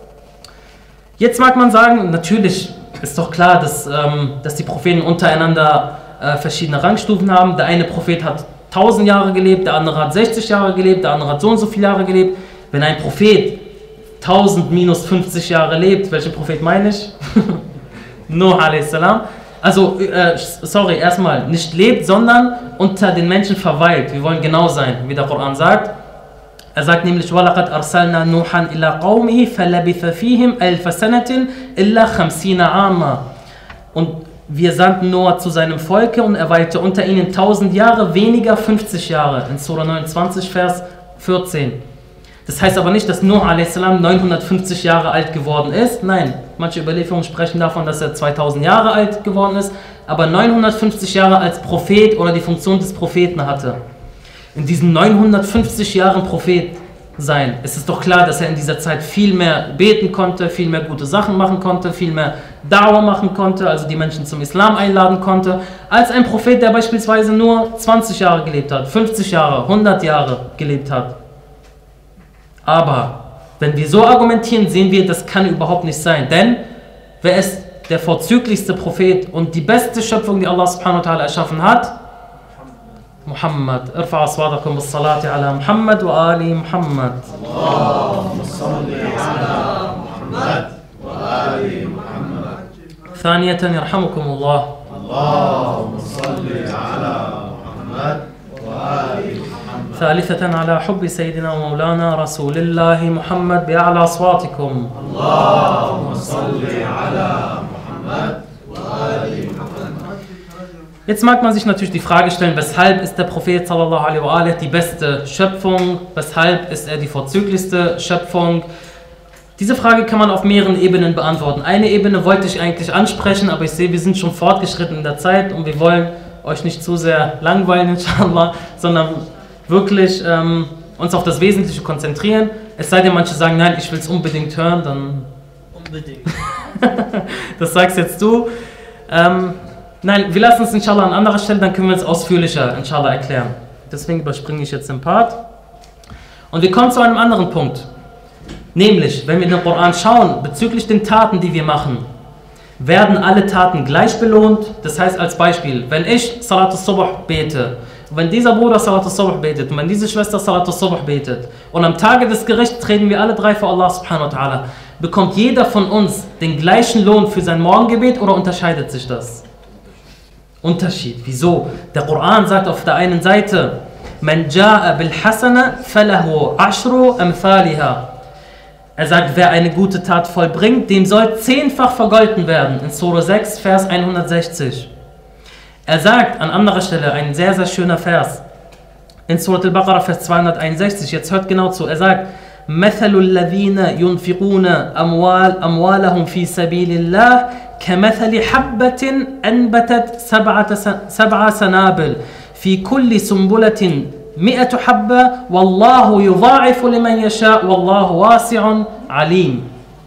Jetzt mag man sagen, natürlich ist doch klar, dass die Propheten untereinander verschiedene Rangstufen haben. Der eine Prophet hat 1000 Jahre gelebt, der andere hat 60 Jahre gelebt, der andere hat so und so viele Jahre gelebt. Wenn ein Prophet 1000 minus 50 Jahre lebt, welchen Prophet meine ich? Nuh a.s. Also, erstmal nicht lebt, sondern unter den Menschen verweilt. Wir wollen genau sein, wie der Koran sagt. Er sagt nämlich, وَلَقَدْ أَرْسَلْنَا نُوحًا إِلَىٰ قَوْمِهِ فَلَبِثَ فِيهِمْ أَلْفَ سَنَةٍ إِلَّا 50 عَامًا. Und wir sandten Noah zu seinem Volke und er weilte unter ihnen 1000 Jahre, weniger 50 Jahre. In Surah 29, Vers 14. Das heißt aber nicht, dass Nuh a.s. 950 Jahre alt geworden ist. Nein, manche Überlieferungen sprechen davon, dass er 2000 Jahre alt geworden ist, aber 950 Jahre als Prophet oder die Funktion des Propheten hatte. In diesen 950 Jahren Prophet sein, ist es doch klar, dass er in dieser Zeit viel mehr beten konnte, viel mehr gute Sachen machen konnte, viel mehr Da'wah machen konnte, also die Menschen zum Islam einladen konnte, als ein Prophet, der beispielsweise nur 20 Jahre gelebt hat, 50 Jahre, 100 Jahre gelebt hat. Aber wenn wir so argumentieren, sehen wir, das kann überhaupt nicht sein. Denn wer ist der vorzüglichste Prophet und die beste Schöpfung, die Allah subhanahu wa ta'ala erschaffen hat? Muhammad. Irfa aswadakum bis salati ala Muhammad wa ali Muhammad. Allahumma salli ala Muhammad wa ali Muhammad. Thaniyatan yarhamukumullah. Allahumma salli ala Muhammad wa ali Muhammad. ثالثة على حب سيدنا ومولانا رسول الله محمد بأعلى أصواتكم. اللهم صل على محمد وآل محمد. Jetzt mag man sich natürlich die Frage stellen, weshalb ist der Prophet sallallahu alaihi wa alihi die beste Schöpfung? Weshalb ist er die vorzüglichste Schöpfung? Diese Frage kann man auf mehreren Ebenen beantworten. Eine Ebene wollte ich eigentlich ansprechen, aber ich sehe, wir sind schon fortgeschritten in der Zeit und wir wollen euch nicht zu sehr langweilen, inshallah, sondern wirklich uns auf das Wesentliche konzentrieren. Es sei denn, manche sagen, nein, ich will es unbedingt hören, dann... Unbedingt. Das sagst jetzt du. Nein, wir lassen es inshallah an anderer Stelle, dann können wir es ausführlicher inshallah erklären. Deswegen überspringe ich jetzt den Part. Und wir kommen zu einem anderen Punkt. Nämlich, wenn wir in den Koran schauen, bezüglich den Taten, die wir machen, werden alle Taten gleich belohnt. Das heißt als Beispiel, wenn ich Salatus Subh bete, wenn dieser Bruder Salatus Subh betet und wenn diese Schwester Salatus Subh betet und am Tage des Gerichts treten wir alle drei vor Allah subhanahu wa ta'ala, bekommt jeder von uns den gleichen Lohn für sein Morgengebet oder unterscheidet sich das? Unterschied. Wieso? Der Koran sagt auf der einen Seite, Man ja'a bil hasana falahu ashru amthaliha. Er sagt, wer eine gute Tat vollbringt, dem soll 10-fach vergolten werden. In Surah 6, Vers 160. Er sagt an anderer Stelle, ein sehr, sehr schöner Vers, in Surah Al-Baqarah, Vers 261, jetzt hört genau zu, er sagt, مثل الذين ينفقون أموالهم في سبيل الله كمثل حبة أنبتت سبع سنابل في كل سنبلة 100 حبة والله يضاعف لمن يشاء والله واسع عليم.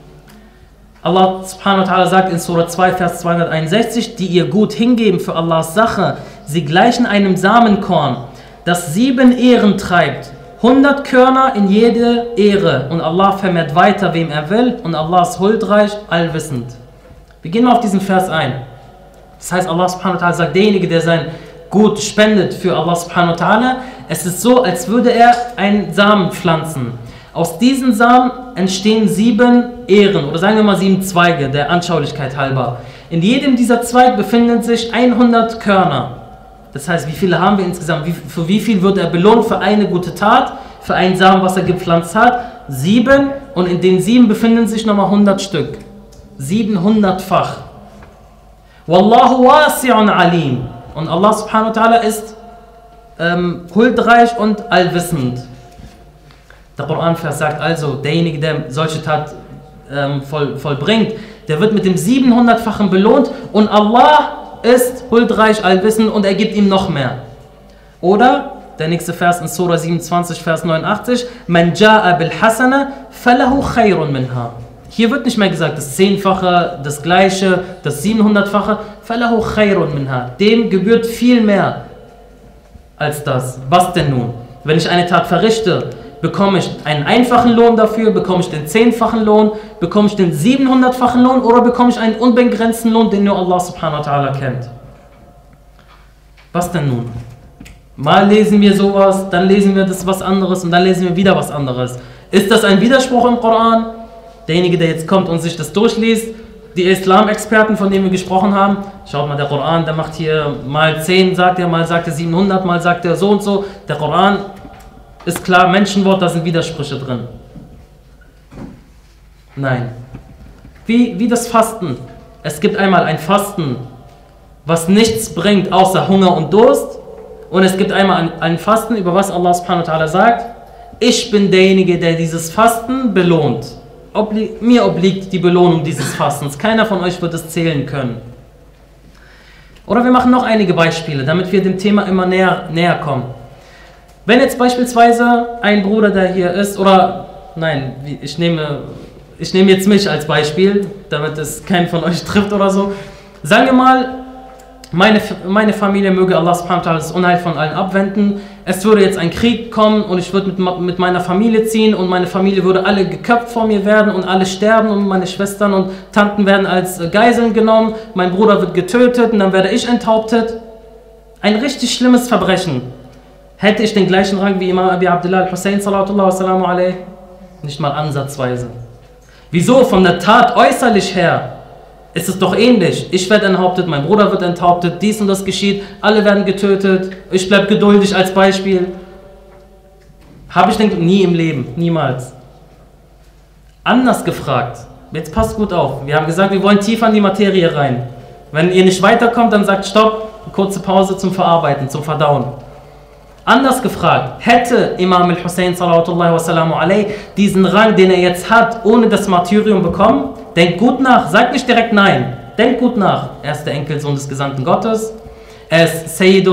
Allah subhanahu wa ta'ala sagt in Surah 2, Vers 261, die ihr gut hingeben für Allahs Sache, sie gleichen einem Samenkorn, das 7 Ähren treibt, 100 Körner in jede Ähre und Allah vermehrt weiter, wem er will und Allah ist huldreich, allwissend. Wir gehen mal auf diesen Vers ein. Das heißt, Allah subhanahu wa ta'ala sagt, derjenige, der sein Gut spendet für Allah subhanahu wa ta'ala, es ist so, als würde er einen Samen pflanzen. Aus diesen Samen entstehen 7 Ähren oder sagen wir mal 7 Zweige, der Anschaulichkeit halber. In jedem dieser Zweige befinden sich 100 Körner. Das heißt, wie viele haben wir insgesamt? Für wie viel wird er belohnt für eine gute Tat? Für einen Samen, was er gepflanzt hat? 7 und in den 7 befinden sich nochmal 100 Stück. 700-fach. Wallahu wasi'un alim. Und Allah subhanahu wa ta'ala ist huldreich und allwissend. Der Koran-Vers sagt also, derjenige, der solche Tat vollbringt, der wird mit dem 700-fachen belohnt und Allah ist huldreich, allwissend und er gibt ihm noch mehr. Oder der nächste Vers in Surah 27, Vers 89, Man ja'a bil hasana falahu khayrun minha. Hier wird nicht mehr gesagt, das 10-fache, das gleiche, das 700-fache, falahu khayrun minha. Dem gebührt viel mehr als das. Was denn nun? Wenn ich eine Tat verrichte, bekomme ich einen einfachen Lohn dafür, bekomme ich den 10-fachen Lohn, bekomme ich den 700-fachen Lohn oder bekomme ich einen unbegrenzten Lohn, den nur Allah subhanahu wa ta'ala kennt? Was denn nun? Mal lesen wir sowas, dann lesen wir das was anderes und dann lesen wir wieder was anderes. Ist das ein Widerspruch im Koran? Derjenige, der jetzt kommt und sich das durchliest, die Islam-Experten, von denen wir gesprochen haben, schaut mal, der Koran, der macht hier mal 10, sagt er, mal sagt er 700, mal sagt er so und so. Der Koran ist klar, Menschenwort, da sind Widersprüche drin. Nein. Wie das Fasten. Es gibt einmal ein Fasten, was nichts bringt, außer Hunger und Durst. Und es gibt einmal ein Fasten, über was Allah subhanahu wa ta'ala sagt, ich bin derjenige, der dieses Fasten belohnt. Mir obliegt die Belohnung dieses Fastens. Keiner von euch wird es zählen können. Oder wir machen noch einige Beispiele, damit wir dem Thema immer näher kommen. Wenn jetzt beispielsweise ein Bruder, der hier ist, oder nein, ich nehme jetzt mich als Beispiel, damit es keinen von euch trifft oder so. Sagen wir mal, meine Familie möge Allah subhanahu wa ta'ala das Unheil von allen abwenden. Es würde jetzt ein Krieg kommen und ich würde mit meiner Familie ziehen und meine Familie würde alle geköpft vor mir werden und alle sterben und meine Schwestern und Tanten werden als Geiseln genommen. Mein Bruder wird getötet und dann werde ich enthauptet. Ein richtig schlimmes Verbrechen. Hätte ich den gleichen Rang wie Imam Abi Abdullah al-Hussein sallallahu wassalamu alayhi? Nicht mal ansatzweise. Wieso? Von der Tat äußerlich her ist es doch ähnlich. Ich werde enthauptet, mein Bruder wird enthauptet, dies und das geschieht, alle werden getötet, ich bleibe geduldig als Beispiel. Habe ich denn nie im Leben, niemals. Anders gefragt, jetzt passt gut auf, wir haben gesagt, wir wollen tiefer in die Materie rein. Wenn ihr nicht weiterkommt, dann sagt Stopp, kurze Pause zum Verarbeiten, zum Verdauen. Anders gefragt, hätte Imam al-Hussein sallallahu wasallamu alayhi diesen Rang, den er jetzt hat, ohne das Martyrium bekommen? Denkt gut nach, sagt nicht direkt nein. Denkt gut nach. Er ist der Enkelsohn des Gesandten Gottes. Er ist Sayyid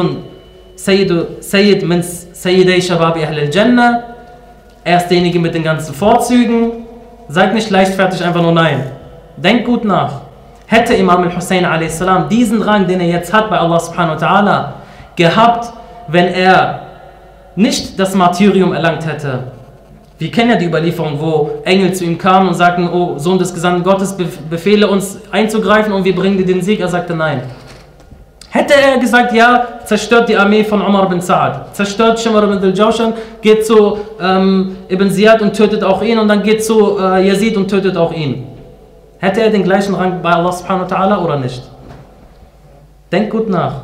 min Sayyidai Shababi Ahl al-Jannah. Er ist derjenige mit den ganzen Vorzügen. Sagt nicht leichtfertig einfach nur nein. Denkt gut nach. Hätte Imam al-Hussein a.s. diesen Rang, den er jetzt hat bei Allah subhanahu wa ta'ala, gehabt, wenn er nicht das Martyrium erlangt hätte. Wir kennen ja die Überlieferung, wo Engel zu ihm kamen und sagten, oh Sohn des Gesandten Gottes, befehle uns einzugreifen und wir bringen dir den Sieg. Er sagte nein. Hätte er gesagt, ja, zerstört die Armee von Umar bin Sa'ad, zerstört Shimr ibn al-Jawshan, geht zu Ibn Ziyad und tötet auch ihn und dann geht zu Yazid und tötet auch ihn. Hätte er den gleichen Rang bei Allah subhanahu wa ta'ala oder nicht? Denkt gut nach.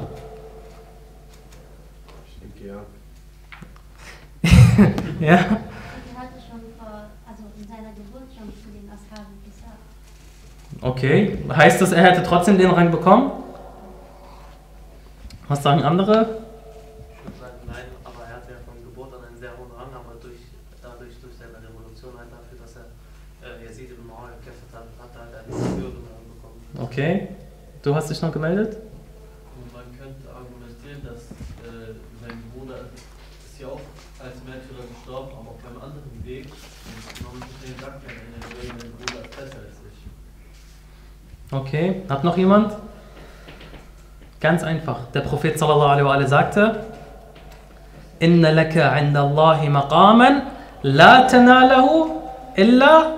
Ja. Er hatte schon in seiner Geburt schon zu den Ashaben gesagt. Okay, heißt das, er hätte trotzdem den Rang bekommen? Was sagen andere? Ich würde sagen nein, aber er hatte ja von Geburt an einen sehr hohen Rang, aber durch dadurch durch seine Revolution halt dafür, dass er Yazid ibn Muawiyah gekämpft hat, hat er halt eine Hürde bekommen. Okay. Du hast dich noch gemeldet? Und man könnte argumentieren, dass sein Bruder ist ja auch als Märtyrer gestorben, aber auf einem anderen Weg. Und man muss den sagt ja, mein Bruder ist besser als ich. Okay. Hat noch jemand? Ganz einfach. Der Prophet sallallahu alaihi wa sallam sagte: Inna laka 'inda Allahi maqaman la tanalahu illa.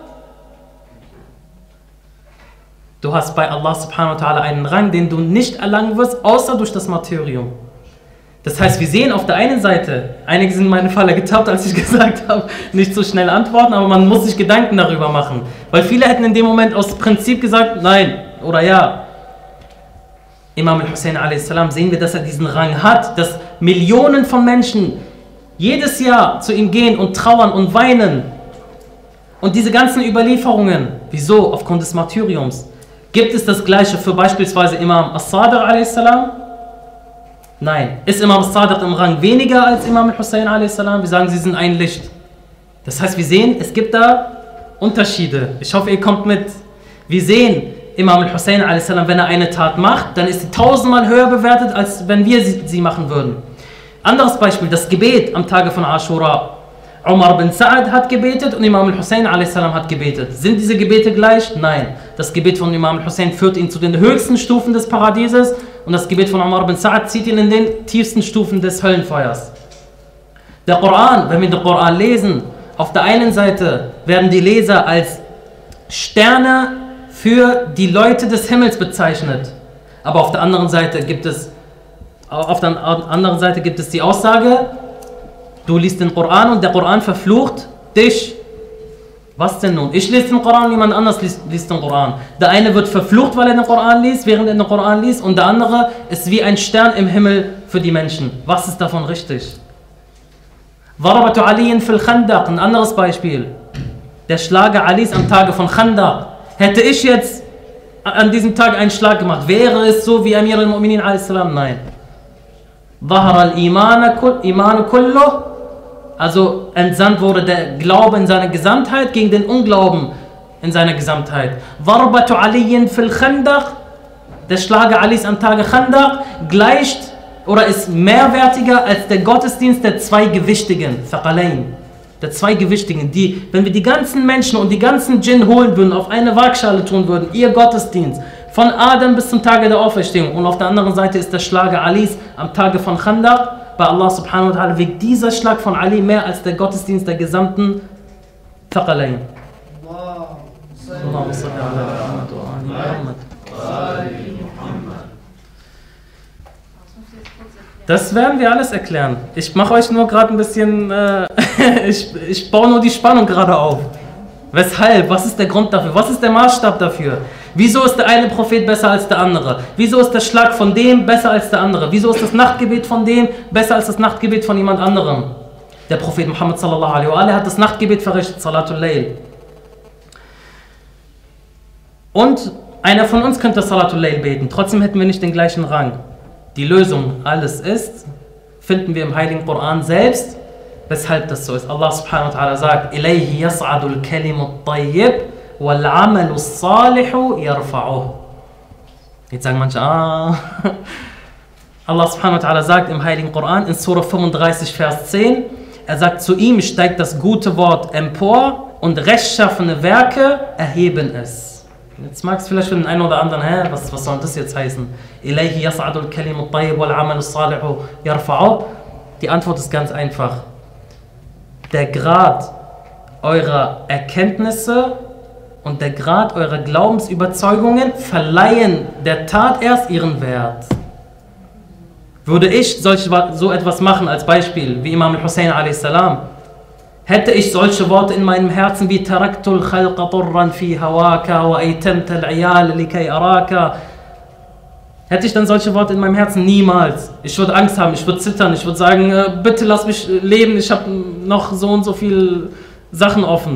Du hast bei Allah subhanahu wa ta'ala einen Rang, den du nicht erlangen wirst, außer durch das Martyrium. Das heißt, wir sehen auf der einen Seite, einige sind in meine Falle getappt, als ich gesagt habe, nicht so schnell antworten, aber man muss sich Gedanken darüber machen. Weil viele hätten in dem Moment aus Prinzip gesagt, nein oder ja. Imam al-Hussein a.s. sehen wir, dass er diesen Rang hat, dass Millionen von Menschen jedes Jahr zu ihm gehen und trauern und weinen. Und diese ganzen Überlieferungen, wieso? Aufgrund des Martyriums. Gibt es das Gleiche für beispielsweise Imam as-Sadiq a.s.? Nein. Ist Imam as-Sadiq im Rang weniger als Imam al-Hussein a.s.? Wir sagen, sie sind ein Licht. Das heißt, wir sehen, es gibt da Unterschiede. Ich hoffe, ihr kommt mit. Wir sehen, Imam al-Hussein a.s., wenn er eine Tat macht, dann ist sie 1000-mal höher bewertet, als wenn wir sie machen würden. Anderes Beispiel, das Gebet am Tage von Ashura. Umar bin Sa'ad hat gebetet und Imam al-Hussein a.s. hat gebetet. Sind diese Gebete gleich? Nein. Das Gebet von Imam al-Hussein führt ihn zu den höchsten Stufen des Paradieses und das Gebet von Umar bin Sa'ad zieht ihn in den tiefsten Stufen des Höllenfeuers. Der Koran, wenn wir den Koran lesen, auf der einen Seite werden die Leser als Sterne für die Leute des Himmels bezeichnet. Aber auf der anderen Seite gibt es die Aussage, du liest den Koran und der Koran verflucht dich. Was denn nun? Ich lese den Koran, jemand anders liest den Koran. Der eine wird verflucht, weil er den Koran liest, während er den Koran liest, und der andere ist wie ein Stern im Himmel für die Menschen. Was ist davon richtig? Darabatu Aliyin fil Khandaq, ein anderes Beispiel. Der Schlager Alis am Tage von Khandaq. Hätte ich jetzt an diesem Tag einen Schlag gemacht, wäre es so wie Amir al-Mu'minin a.s.? Nein. Dhahara al-Imanu kulluh, also entsandt wurde der Glaube in seiner Gesamtheit gegen den Unglauben in seiner Gesamtheit. Darbatu Aliyin fil Khandaq, der Schlager Alis am Tage Khandaq, gleicht oder ist mehrwertiger als der Gottesdienst der zwei Gewichtigen, Thaqalain. Der zwei Gewichtigen, die, wenn wir die ganzen Menschen und die ganzen Djinn holen würden, auf eine Waagschale tun würden, ihr Gottesdienst, von Adam bis zum Tage der Auferstehung. Und auf der anderen Seite ist der Schlager Alis am Tage von Khandaq. Bei Allah subhanahu wa ta'ala wiegt dieser Schlag von Ali mehr als der Gottesdienst der gesamten Thaqalain. Das werden wir alles erklären. Ich mache euch nur gerade ein bisschen, ich baue nur die Spannung gerade auf. Weshalb? Was ist der Grund dafür? Was ist der Maßstab dafür? Wieso ist der eine Prophet besser als der andere? Wieso ist der Schlag von dem besser als der andere? Wieso ist das Nachtgebet von dem besser als das Nachtgebet von jemand anderem? Der Prophet Muhammad sallallahu alaihi wa sallam hat das Nachtgebet verrichtet, Salatul Layl. Und einer von uns könnte Salatul Layl beten, trotzdem hätten wir nicht den gleichen Rang. Die Lösung, alles ist, finden wir im Heiligen Koran selbst, weshalb das so ist. Allah subhanahu wa ta'ala sagt, Ilayhi yas'adul kalimut tayyib wal amalus salihu yarfa'uh. Jetzt sagen manche, Allah subhanahu wa ta'ala sagt im Heiligen Koran in Surah 35, Vers 10, er sagt, zu ihm steigt das gute Wort empor und rechtschaffene Werke erheben es. Jetzt mag es vielleicht für den einen oder anderen, was soll das jetzt heißen? Ilayhi yas'adul kalimut tayyib wal amalus salihu yarfa'uh. Die Antwort ist ganz einfach. Der Grad eurer Erkenntnisse und der Grad eurer Glaubensüberzeugungen verleihen der Tat erst ihren Wert. Würde ich so etwas machen als Beispiel, wie Imam al-Hussein a.s., hätte ich solche Worte in meinem Herzen wie Taraktul khalqa turran fi hawaka wa aytamta al-iyal likay araka, hätte ich dann solche Worte in meinem Herzen? Niemals. Ich würde Angst haben, ich würde zittern, ich würde sagen, bitte lass mich leben, ich habe noch so und so viele Sachen offen.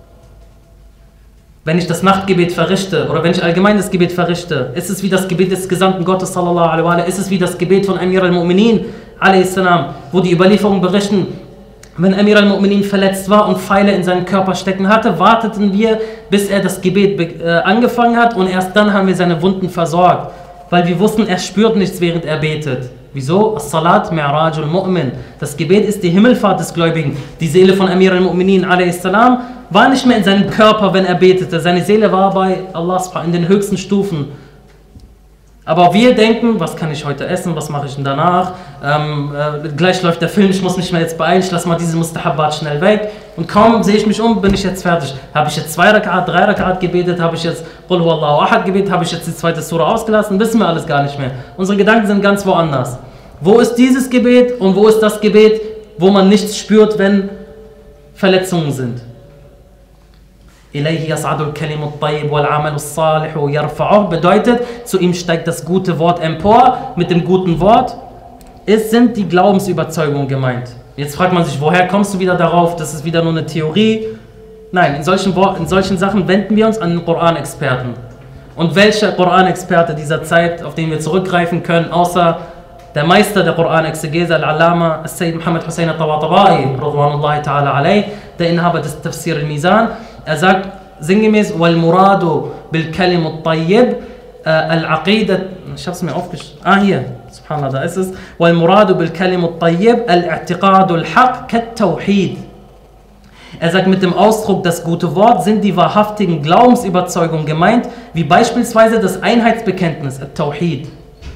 Wenn ich das Nachtgebet verrichte oder wenn ich allgemein das Gebet verrichte, ist es wie das Gebet des Gesandten Gottes, sallallahu alaihi wa sallam, ist es wie das Gebet von Amir al-Mu'minin, a.s., wo die Überlieferungen berichten, wenn Amir al-Mu'minin verletzt war und Pfeile in seinem Körper stecken hatte, warteten wir, bis er das Gebet angefangen hat und erst dann haben wir seine Wunden versorgt, weil wir wussten, er spürt nichts, während er betet. Wieso? As-Salat mi'rajul mu'min. Das Gebet ist die Himmelfahrt des Gläubigen. Die Seele von Amir al-Mu'minin a.s. war nicht mehr in seinem Körper, wenn er betete. Seine Seele war bei Allah in den höchsten Stufen. Aber wir denken, was kann ich heute essen, was mache ich denn danach? Gleich läuft der Film, ich muss mich mal jetzt beeilen, ich lasse mal diese Mustahabbat schnell weg. Und kaum sehe ich mich um, bin ich jetzt fertig. Habe ich jetzt 2 Rakat, 3 Rakat gebetet, habe ich jetzt Qul huwallahu ahad gebetet, habe ich jetzt die zweite Sura ausgelassen, wissen wir alles gar nicht mehr. Unsere Gedanken sind ganz woanders. Wo ist dieses Gebet und wo ist das Gebet, wo man nichts spürt, wenn Verletzungen sind? Ilayhi yas'adul kalimut tayyib wal amalus salihu yarfa'uh bedeutet, zu ihm steigt das gute Wort empor. Mit dem guten Wort sind die Glaubensüberzeugungen gemeint. Jetzt fragt man sich, woher kommst du wieder darauf? Das ist wieder nur eine Theorie. Nein, in solchen Sachen wenden wir uns an den Koran-Experten. Und welcher Koran-Experte dieser Zeit, auf den wir zurückgreifen können, außer der Meister der Koran-Exegese, Al-Allama, Al-Sayyid Muhammad Hussein al-Tabatabai, radwanullahi ta'ala alayh, der Inhaber des Tafsir al-Mizan. Er sagt sinngemäß, wal-muradu bil-kalimut tayyib, al-aqidat, ich habe es mir aufgeschrieben, hier, subhanallah, da ist es, wal-muradu bil-kalimut tayyib, al-i'tiqadu al-haq kat-tawhid. Er sagt, mit dem Ausdruck das gute Wort sind die wahrhaftigen Glaubensüberzeugungen gemeint, wie beispielsweise das Einheitsbekenntnis, al-Tawhid.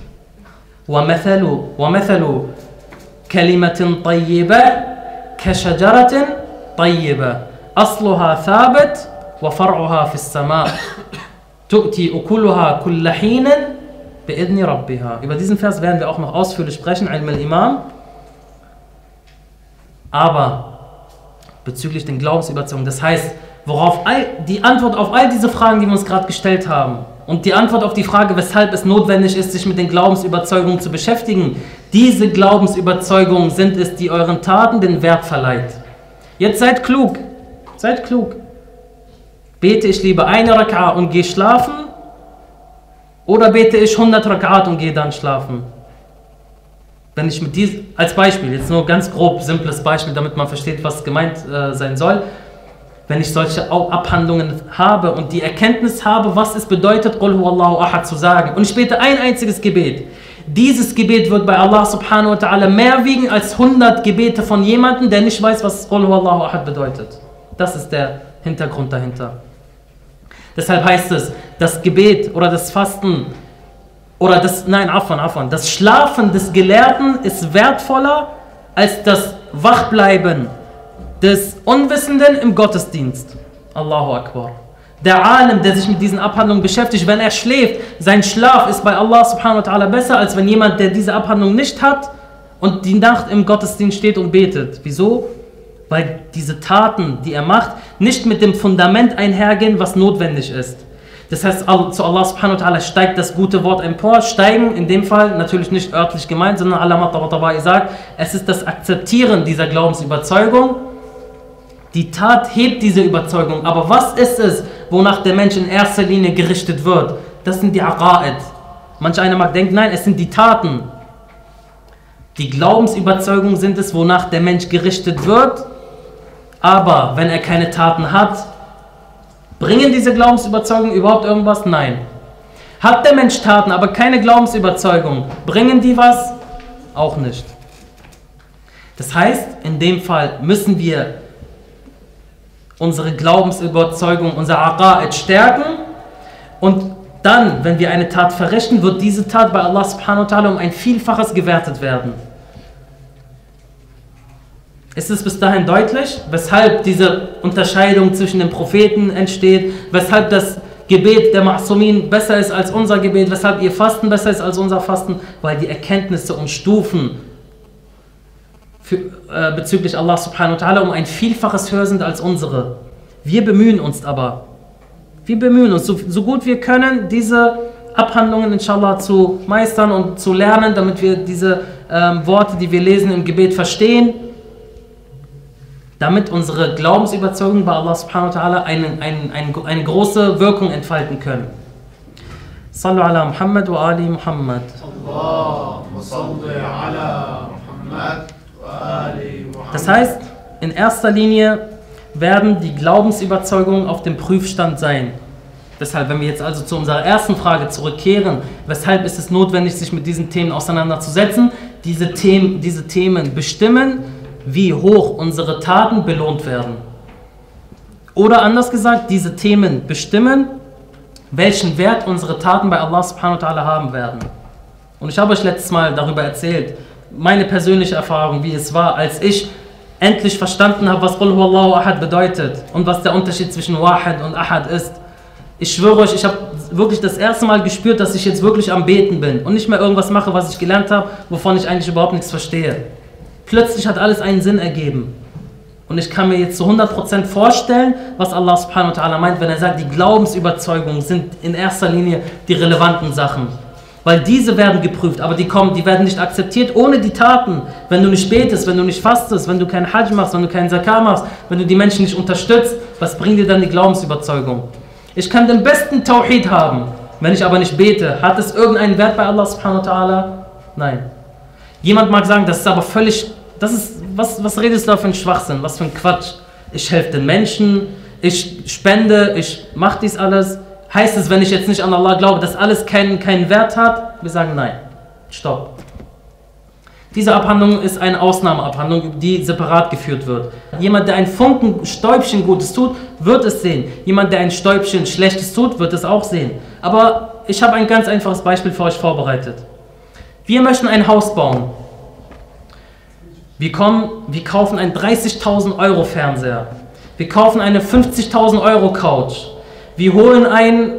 وَمَثَلُ كَلِمَةٍ طَيِّبَةٍ كَشَجَرَةٍ طَيِّبَةٍ أَصْلُهَا ثَابِتٌ وَفَرْعُهَا فِي السَّمَاءِ تُؤْتِي أُكُلُهَا كُلَّ حِينٍ بِإِذْنِ رَبِّهَا. Über diesen Vers werden wir auch noch ausführlich sprechen, Ilm al-Imam. Aber bezüglich den Glaubensüberzeugungen, das heißt, die Antwort auf all diese Fragen, die wir uns gerade gestellt haben, und die Antwort auf die Frage, weshalb es notwendig ist, sich mit den Glaubensüberzeugungen zu beschäftigen, diese Glaubensüberzeugungen sind es, die euren Taten den Wert verleiht. Jetzt seid klug, seid klug. Bete ich lieber eine Rak'a und gehe schlafen, oder bete ich 100 Rak'at und gehe dann schlafen? Wenn ich mit als Beispiel, jetzt nur ganz grob, simples Beispiel, damit man versteht, was gemeint sein soll. Wenn ich solche Abhandlungen habe und die Erkenntnis habe, was es bedeutet, Qul huwallahu ahad zu sagen, und ich bete ein einziges Gebet, dieses Gebet wird bei Allah subhanahu wa ta'ala mehr wiegen als 100 Gebete von jemandem, der nicht weiß, was Qul huwallahu ahad bedeutet. Das ist der Hintergrund dahinter. Deshalb heißt es, das Gebet oder das Fasten oder das Schlafen des Gelehrten ist wertvoller als das Wachbleiben des Unwissenden im Gottesdienst. Allahu Akbar. Der Alim, der sich mit diesen Abhandlungen beschäftigt, wenn er schläft, sein Schlaf ist bei Allah subhanahu wa ta'ala besser, als wenn jemand, der diese Abhandlung nicht hat und die Nacht im Gottesdienst steht und betet. Wieso? Weil diese Taten, die er macht, nicht mit dem Fundament einhergehen, was notwendig ist. Das heißt, zu Allah subhanahu wa ta'ala steigt das gute Wort empor. Steigen, in dem Fall natürlich nicht örtlich gemeint, sondern Allama Tabatabai sagt, es ist das Akzeptieren dieser Glaubensüberzeugung. Die Tat hebt diese Überzeugung. Aber was ist es, wonach der Mensch in erster Linie gerichtet wird? Das sind die Aqa'id. Manch einer mag denken, nein, es sind die Taten. Die Glaubensüberzeugungen sind es, wonach der Mensch gerichtet wird. Aber wenn er keine Taten hat, bringen diese Glaubensüberzeugungen überhaupt irgendwas? Nein. Hat der Mensch Taten, aber keine Glaubensüberzeugung, bringen die was? Auch nicht. Das heißt, in dem Fall müssen wir unsere Glaubensüberzeugung, unser Aqa'id stärken, und dann, wenn wir eine Tat verrichten, wird diese Tat bei Allah subhanahu wa ta'ala um ein Vielfaches gewertet werden. Ist es bis dahin deutlich, weshalb diese Unterscheidung zwischen den Propheten entsteht, weshalb das Gebet der Ma'sumin besser ist als unser Gebet, weshalb ihr Fasten besser ist als unser Fasten? Weil die Erkenntnisse und Stufen bezüglich Allah subhanahu wa ta'ala um ein Vielfaches höher sind als unsere. Wir bemühen uns aber. Wir bemühen uns, so gut wir können, diese Abhandlungen inshallah zu meistern und zu lernen, damit wir diese Worte, die wir lesen im Gebet, verstehen, damit unsere Glaubensüberzeugungen bei Allah subhanahu wa ta'ala eine große Wirkung entfalten können. Sallu ala Muhammad wa ali Muhammad. Allahumma salli ala Muhammad wa ali Muhammad. Das heißt, in erster Linie werden die Glaubensüberzeugungen auf dem Prüfstand sein. Deshalb, wenn wir jetzt also zu unserer ersten Frage zurückkehren, weshalb ist es notwendig, sich mit diesen Themen auseinanderzusetzen? Diese Themen bestimmen, wie hoch unsere Taten belohnt werden. Oder anders gesagt, diese Themen bestimmen, welchen Wert unsere Taten bei Allah subhanahu wa ta'ala haben werden. Und ich habe euch letztes Mal darüber erzählt, meine persönliche Erfahrung, wie es war, als ich endlich verstanden habe, was Qul huwallahu ahad bedeutet und was der Unterschied zwischen Wahid und Ahad ist. Ich schwöre euch, ich habe wirklich das erste Mal gespürt, dass ich jetzt wirklich am Beten bin und nicht mehr irgendwas mache, was ich gelernt habe, wovon ich eigentlich überhaupt nichts verstehe. Plötzlich hat alles einen Sinn ergeben. Und ich kann mir jetzt zu 100% vorstellen, was Allah subhanahu wa ta'ala meint, wenn er sagt, die Glaubensüberzeugungen sind in erster Linie die relevanten Sachen. Weil diese werden geprüft, aber die werden nicht akzeptiert ohne die Taten. Wenn du nicht betest, wenn du nicht fastest, wenn du keinen Hajj machst, wenn du keinen Zakah machst, wenn du die Menschen nicht unterstützt, was bringt dir dann die Glaubensüberzeugung? Ich kann den besten Tawhid haben, wenn ich aber nicht bete. Hat es irgendeinen Wert bei Allah subhanahu wa ta'ala? Nein. Jemand mag sagen, das ist aber völlig, was redest du da für einen Schwachsinn, was für ein Quatsch? Ich helfe den Menschen, ich spende, ich mache dies alles. Heißt es, wenn ich jetzt nicht an Allah glaube, dass alles keinen Wert hat? Wir sagen nein. Stopp. Diese Abhandlung ist eine Ausnahmeabhandlung, die separat geführt wird. Jemand, der ein Funken Stäubchen Gutes tut, wird es sehen. Jemand, der ein Stäubchen Schlechtes tut, wird es auch sehen. Aber ich habe ein ganz einfaches Beispiel für euch vorbereitet. Wir möchten ein Haus bauen. Wir kaufen einen 30.000 Euro Fernseher. Wir kaufen eine 50.000 Euro Couch. Wir holen ein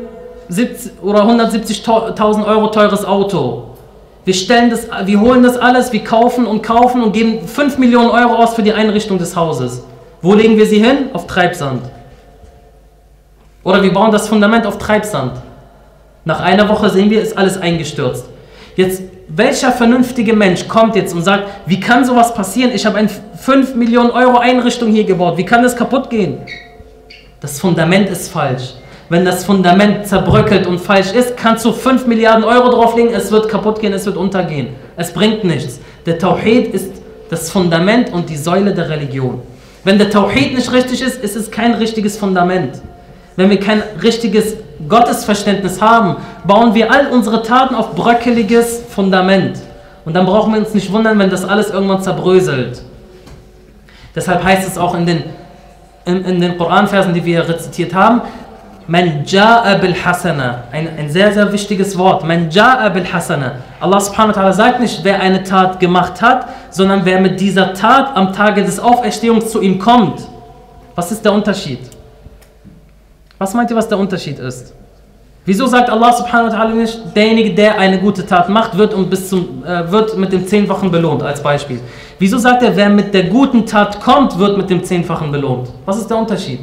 170.000 Euro teures Auto. Wir holen das alles, wir kaufen und geben 5 Millionen Euro aus für die Einrichtung des Hauses. Wo legen wir sie hin? Auf Treibsand. Oder wir bauen das Fundament auf Treibsand. Nach einer Woche sehen wir, ist alles eingestürzt. Jetzt, welcher vernünftige Mensch kommt jetzt und sagt, wie kann sowas passieren? Ich habe eine 5 Millionen Euro Einrichtung hier gebaut. Wie kann das kaputt gehen? Das Fundament ist falsch. Wenn das Fundament zerbröckelt und falsch ist, kannst du 5 Milliarden Euro drauflegen, es wird kaputt gehen, es wird untergehen. Es bringt nichts. Der Tawhid ist das Fundament und die Säule der Religion. Wenn der Tawhid nicht richtig ist, ist es kein richtiges Fundament. Wenn wir kein richtiges Gottesverständnis haben, bauen wir all unsere Taten auf bröckeliges Fundament. Und dann brauchen wir uns nicht wundern, wenn das alles irgendwann zerbröselt. Deshalb heißt es auch in den Koranversen, die wir rezitiert haben, Man ja'a bil hasana, ein sehr, sehr wichtiges Wort. Man ja'a bil hasana. Allah subhanahu wa ta'ala sagt nicht, wer eine Tat gemacht hat, sondern wer mit dieser Tat am Tage des Auferstehungs zu ihm kommt. Was ist der Unterschied? Was meint ihr, was der Unterschied ist? Wieso sagt Allah subhanahu wa ta'ala nicht, derjenige, der eine gute Tat macht, wird mit dem 10-fachen belohnt, als Beispiel. Wieso sagt er, wer mit der guten Tat kommt, wird mit dem 10-fachen belohnt? Was ist der Unterschied?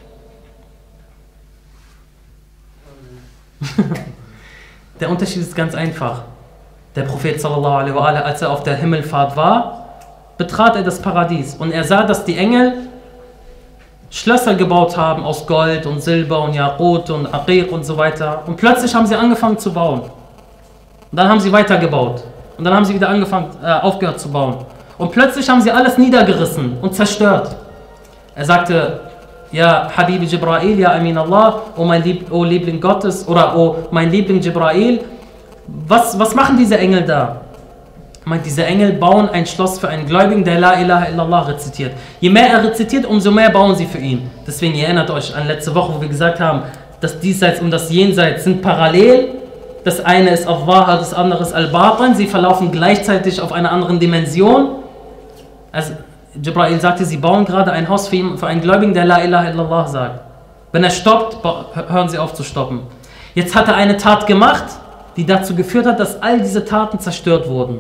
Der Unterschied ist ganz einfach. Der Prophet sallallahu alaihi wa sallam, als er auf der Himmelfahrt war, betrat er das Paradies und er sah, dass die Engel Schlösser gebaut haben aus Gold und Silber und Yaqut und Aqiq und so weiter. Und plötzlich haben sie angefangen zu bauen. Und dann haben sie weitergebaut. Und dann haben sie wieder aufgehört zu bauen. Und plötzlich haben sie alles niedergerissen und zerstört. Er sagte, ja, Habibi Jibrail, ja Amin Allah, oh Liebling Gottes, oder oh mein Liebling Jibrail, was machen diese Engel da? Meint, diese Engel bauen ein Schloss für einen Gläubigen, der La ilaha illallah rezitiert. Je mehr er rezitiert, umso mehr bauen sie für ihn. Deswegen, ihr erinnert euch an letzte Woche, wo wir gesagt haben, das Diesseits und das Jenseits sind parallel. Das eine ist Al-Zahir, das andere ist Al-Batin. Sie verlaufen gleichzeitig auf einer anderen Dimension. Also, Jibrail sagte, sie bauen gerade ein Haus für einen Gläubigen, der La ilaha illallah sagt. Wenn er stoppt, hören sie auf zu stoppen. Jetzt hat er eine Tat gemacht, die dazu geführt hat, dass all diese Taten zerstört wurden.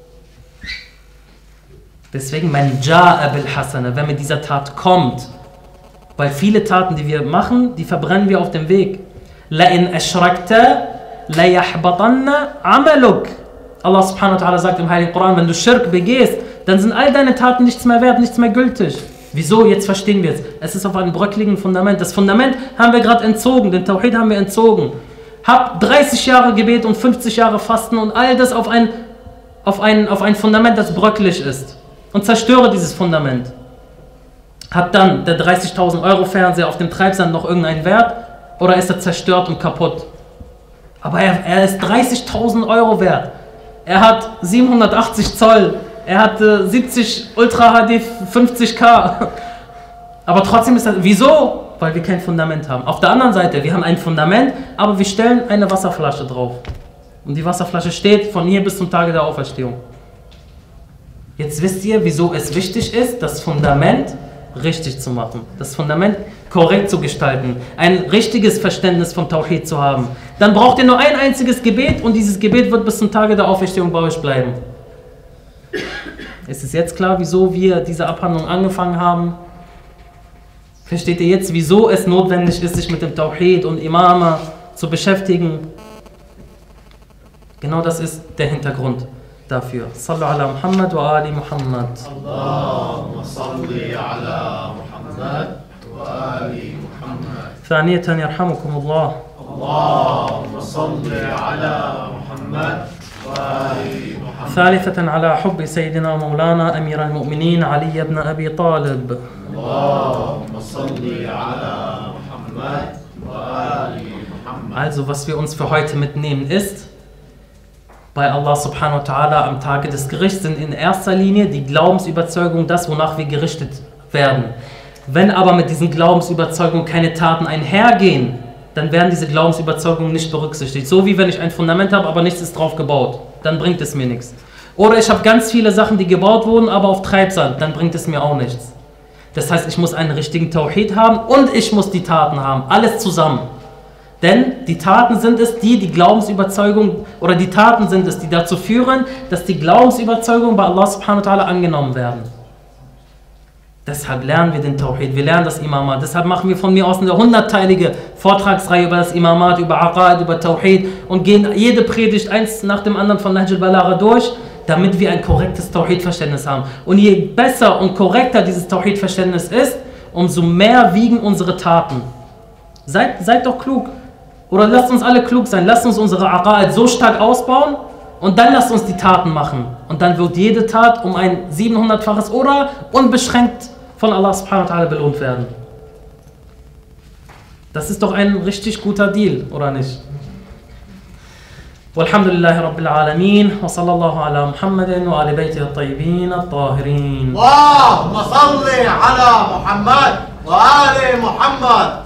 Deswegen, man ja'a bil hasana, wenn mit dieser Tat kommt. Weil viele Taten, die wir machen, die verbrennen wir auf dem Weg. La in ashrakta, la yahbatanna amaluk. Allah subhanahu wa ta'ala sagt im Heiligen Koran, wenn du Schirk begehst, dann sind all deine Taten nichts mehr wert, nichts mehr gültig. Wieso? Jetzt verstehen wir es. Es ist auf einem bröckeligen Fundament. Das Fundament haben wir gerade entzogen, den Tawhid haben wir entzogen. Hab 30 Jahre Gebet und 50 Jahre Fasten und all das auf ein Fundament, das bröckelig ist. Und zerstöre dieses Fundament. Hat dann der 30.000 Euro Fernseher auf dem Treibsand noch irgendeinen Wert oder ist er zerstört und kaputt? Aber er ist 30.000 Euro wert. Er hat 780 Zoll. Er hat 70 Ultra HD 50K. Aber trotzdem ist er... Wieso? Weil wir kein Fundament haben. Auf der anderen Seite, wir haben ein Fundament, aber wir stellen eine Wasserflasche drauf. Und die Wasserflasche steht von hier bis zum Tage der Auferstehung. Jetzt wisst ihr, wieso es wichtig ist, das Fundament richtig zu machen. Das Fundament korrekt zu gestalten. Ein richtiges Verständnis vom Tawhid zu haben. Dann braucht ihr nur ein einziges Gebet und dieses Gebet wird bis zum Tage der Auferstehung bei euch bleiben. Ist es jetzt klar, wieso wir diese Abhandlung angefangen haben? Versteht ihr jetzt, wieso es notwendig ist, sich mit dem Tawhid und Imama zu beschäftigen? Genau das ist der Hintergrund dafür. Sallu ala Muhammad wa ali Muhammad. Allahumma salli ala Muhammad wa ali Muhammad. ثانية يرحمكم الله. Allahumma salli ala Muhammad wa ali Muhammad. ثالثة على حب سيدنا مولانا أمير المؤمنين علي بن أبي طالب. Allahumma salli ala Muhammad wa ali Muhammad. Also was wir uns für heute mitnehmen ist, bei Allah subhanahu wa ta'ala am Tage des Gerichts sind in erster Linie die Glaubensüberzeugung das, wonach wir gerichtet werden. Wenn aber mit diesen Glaubensüberzeugungen keine Taten einhergehen, dann werden diese Glaubensüberzeugungen nicht berücksichtigt. So wie wenn ich ein Fundament habe, aber nichts ist drauf gebaut, dann bringt es mir nichts. Oder ich habe ganz viele Sachen, die gebaut wurden, aber auf Treibsand, dann bringt es mir auch nichts. Das heißt, ich muss einen richtigen Tawhid haben und ich muss die Taten haben, alles zusammen. Denn die Taten sind es, die Glaubensüberzeugung, oder die Taten sind es, die dazu führen, dass die Glaubensüberzeugungen bei Allah subhanahu wa ta'ala angenommen werden. Deshalb lernen wir den Tawhid, wir lernen das Imamat. Deshalb machen wir von mir aus eine 100-teilige Vortragsreihe über das Imamat, über Aqaid, über Tawhid und gehen jede Predigt eins nach dem anderen von Nahj al-Balagha durch, damit wir ein korrektes Tawhid-Verständnis haben. Und je besser und korrekter dieses Tawhid-Verständnis ist, umso mehr wiegen unsere Taten. Seid doch klug. Oder lasst uns alle klug sein. Lasst uns unsere Aqaid so stark ausbauen und dann lasst uns die Taten machen. Und dann wird jede Tat um ein 700-faches oder unbeschränkt von Allah subhanahu wa ta'ala belohnt werden. Das ist doch ein richtig guter Deal, oder nicht? Walhamdulillahi Rabbil Alameen wa sallallahu ala Muhammadin wa ali baytihi at-tayyibin at-tahirin. Allahumma salli ala Muhammad wa ali Muhammad.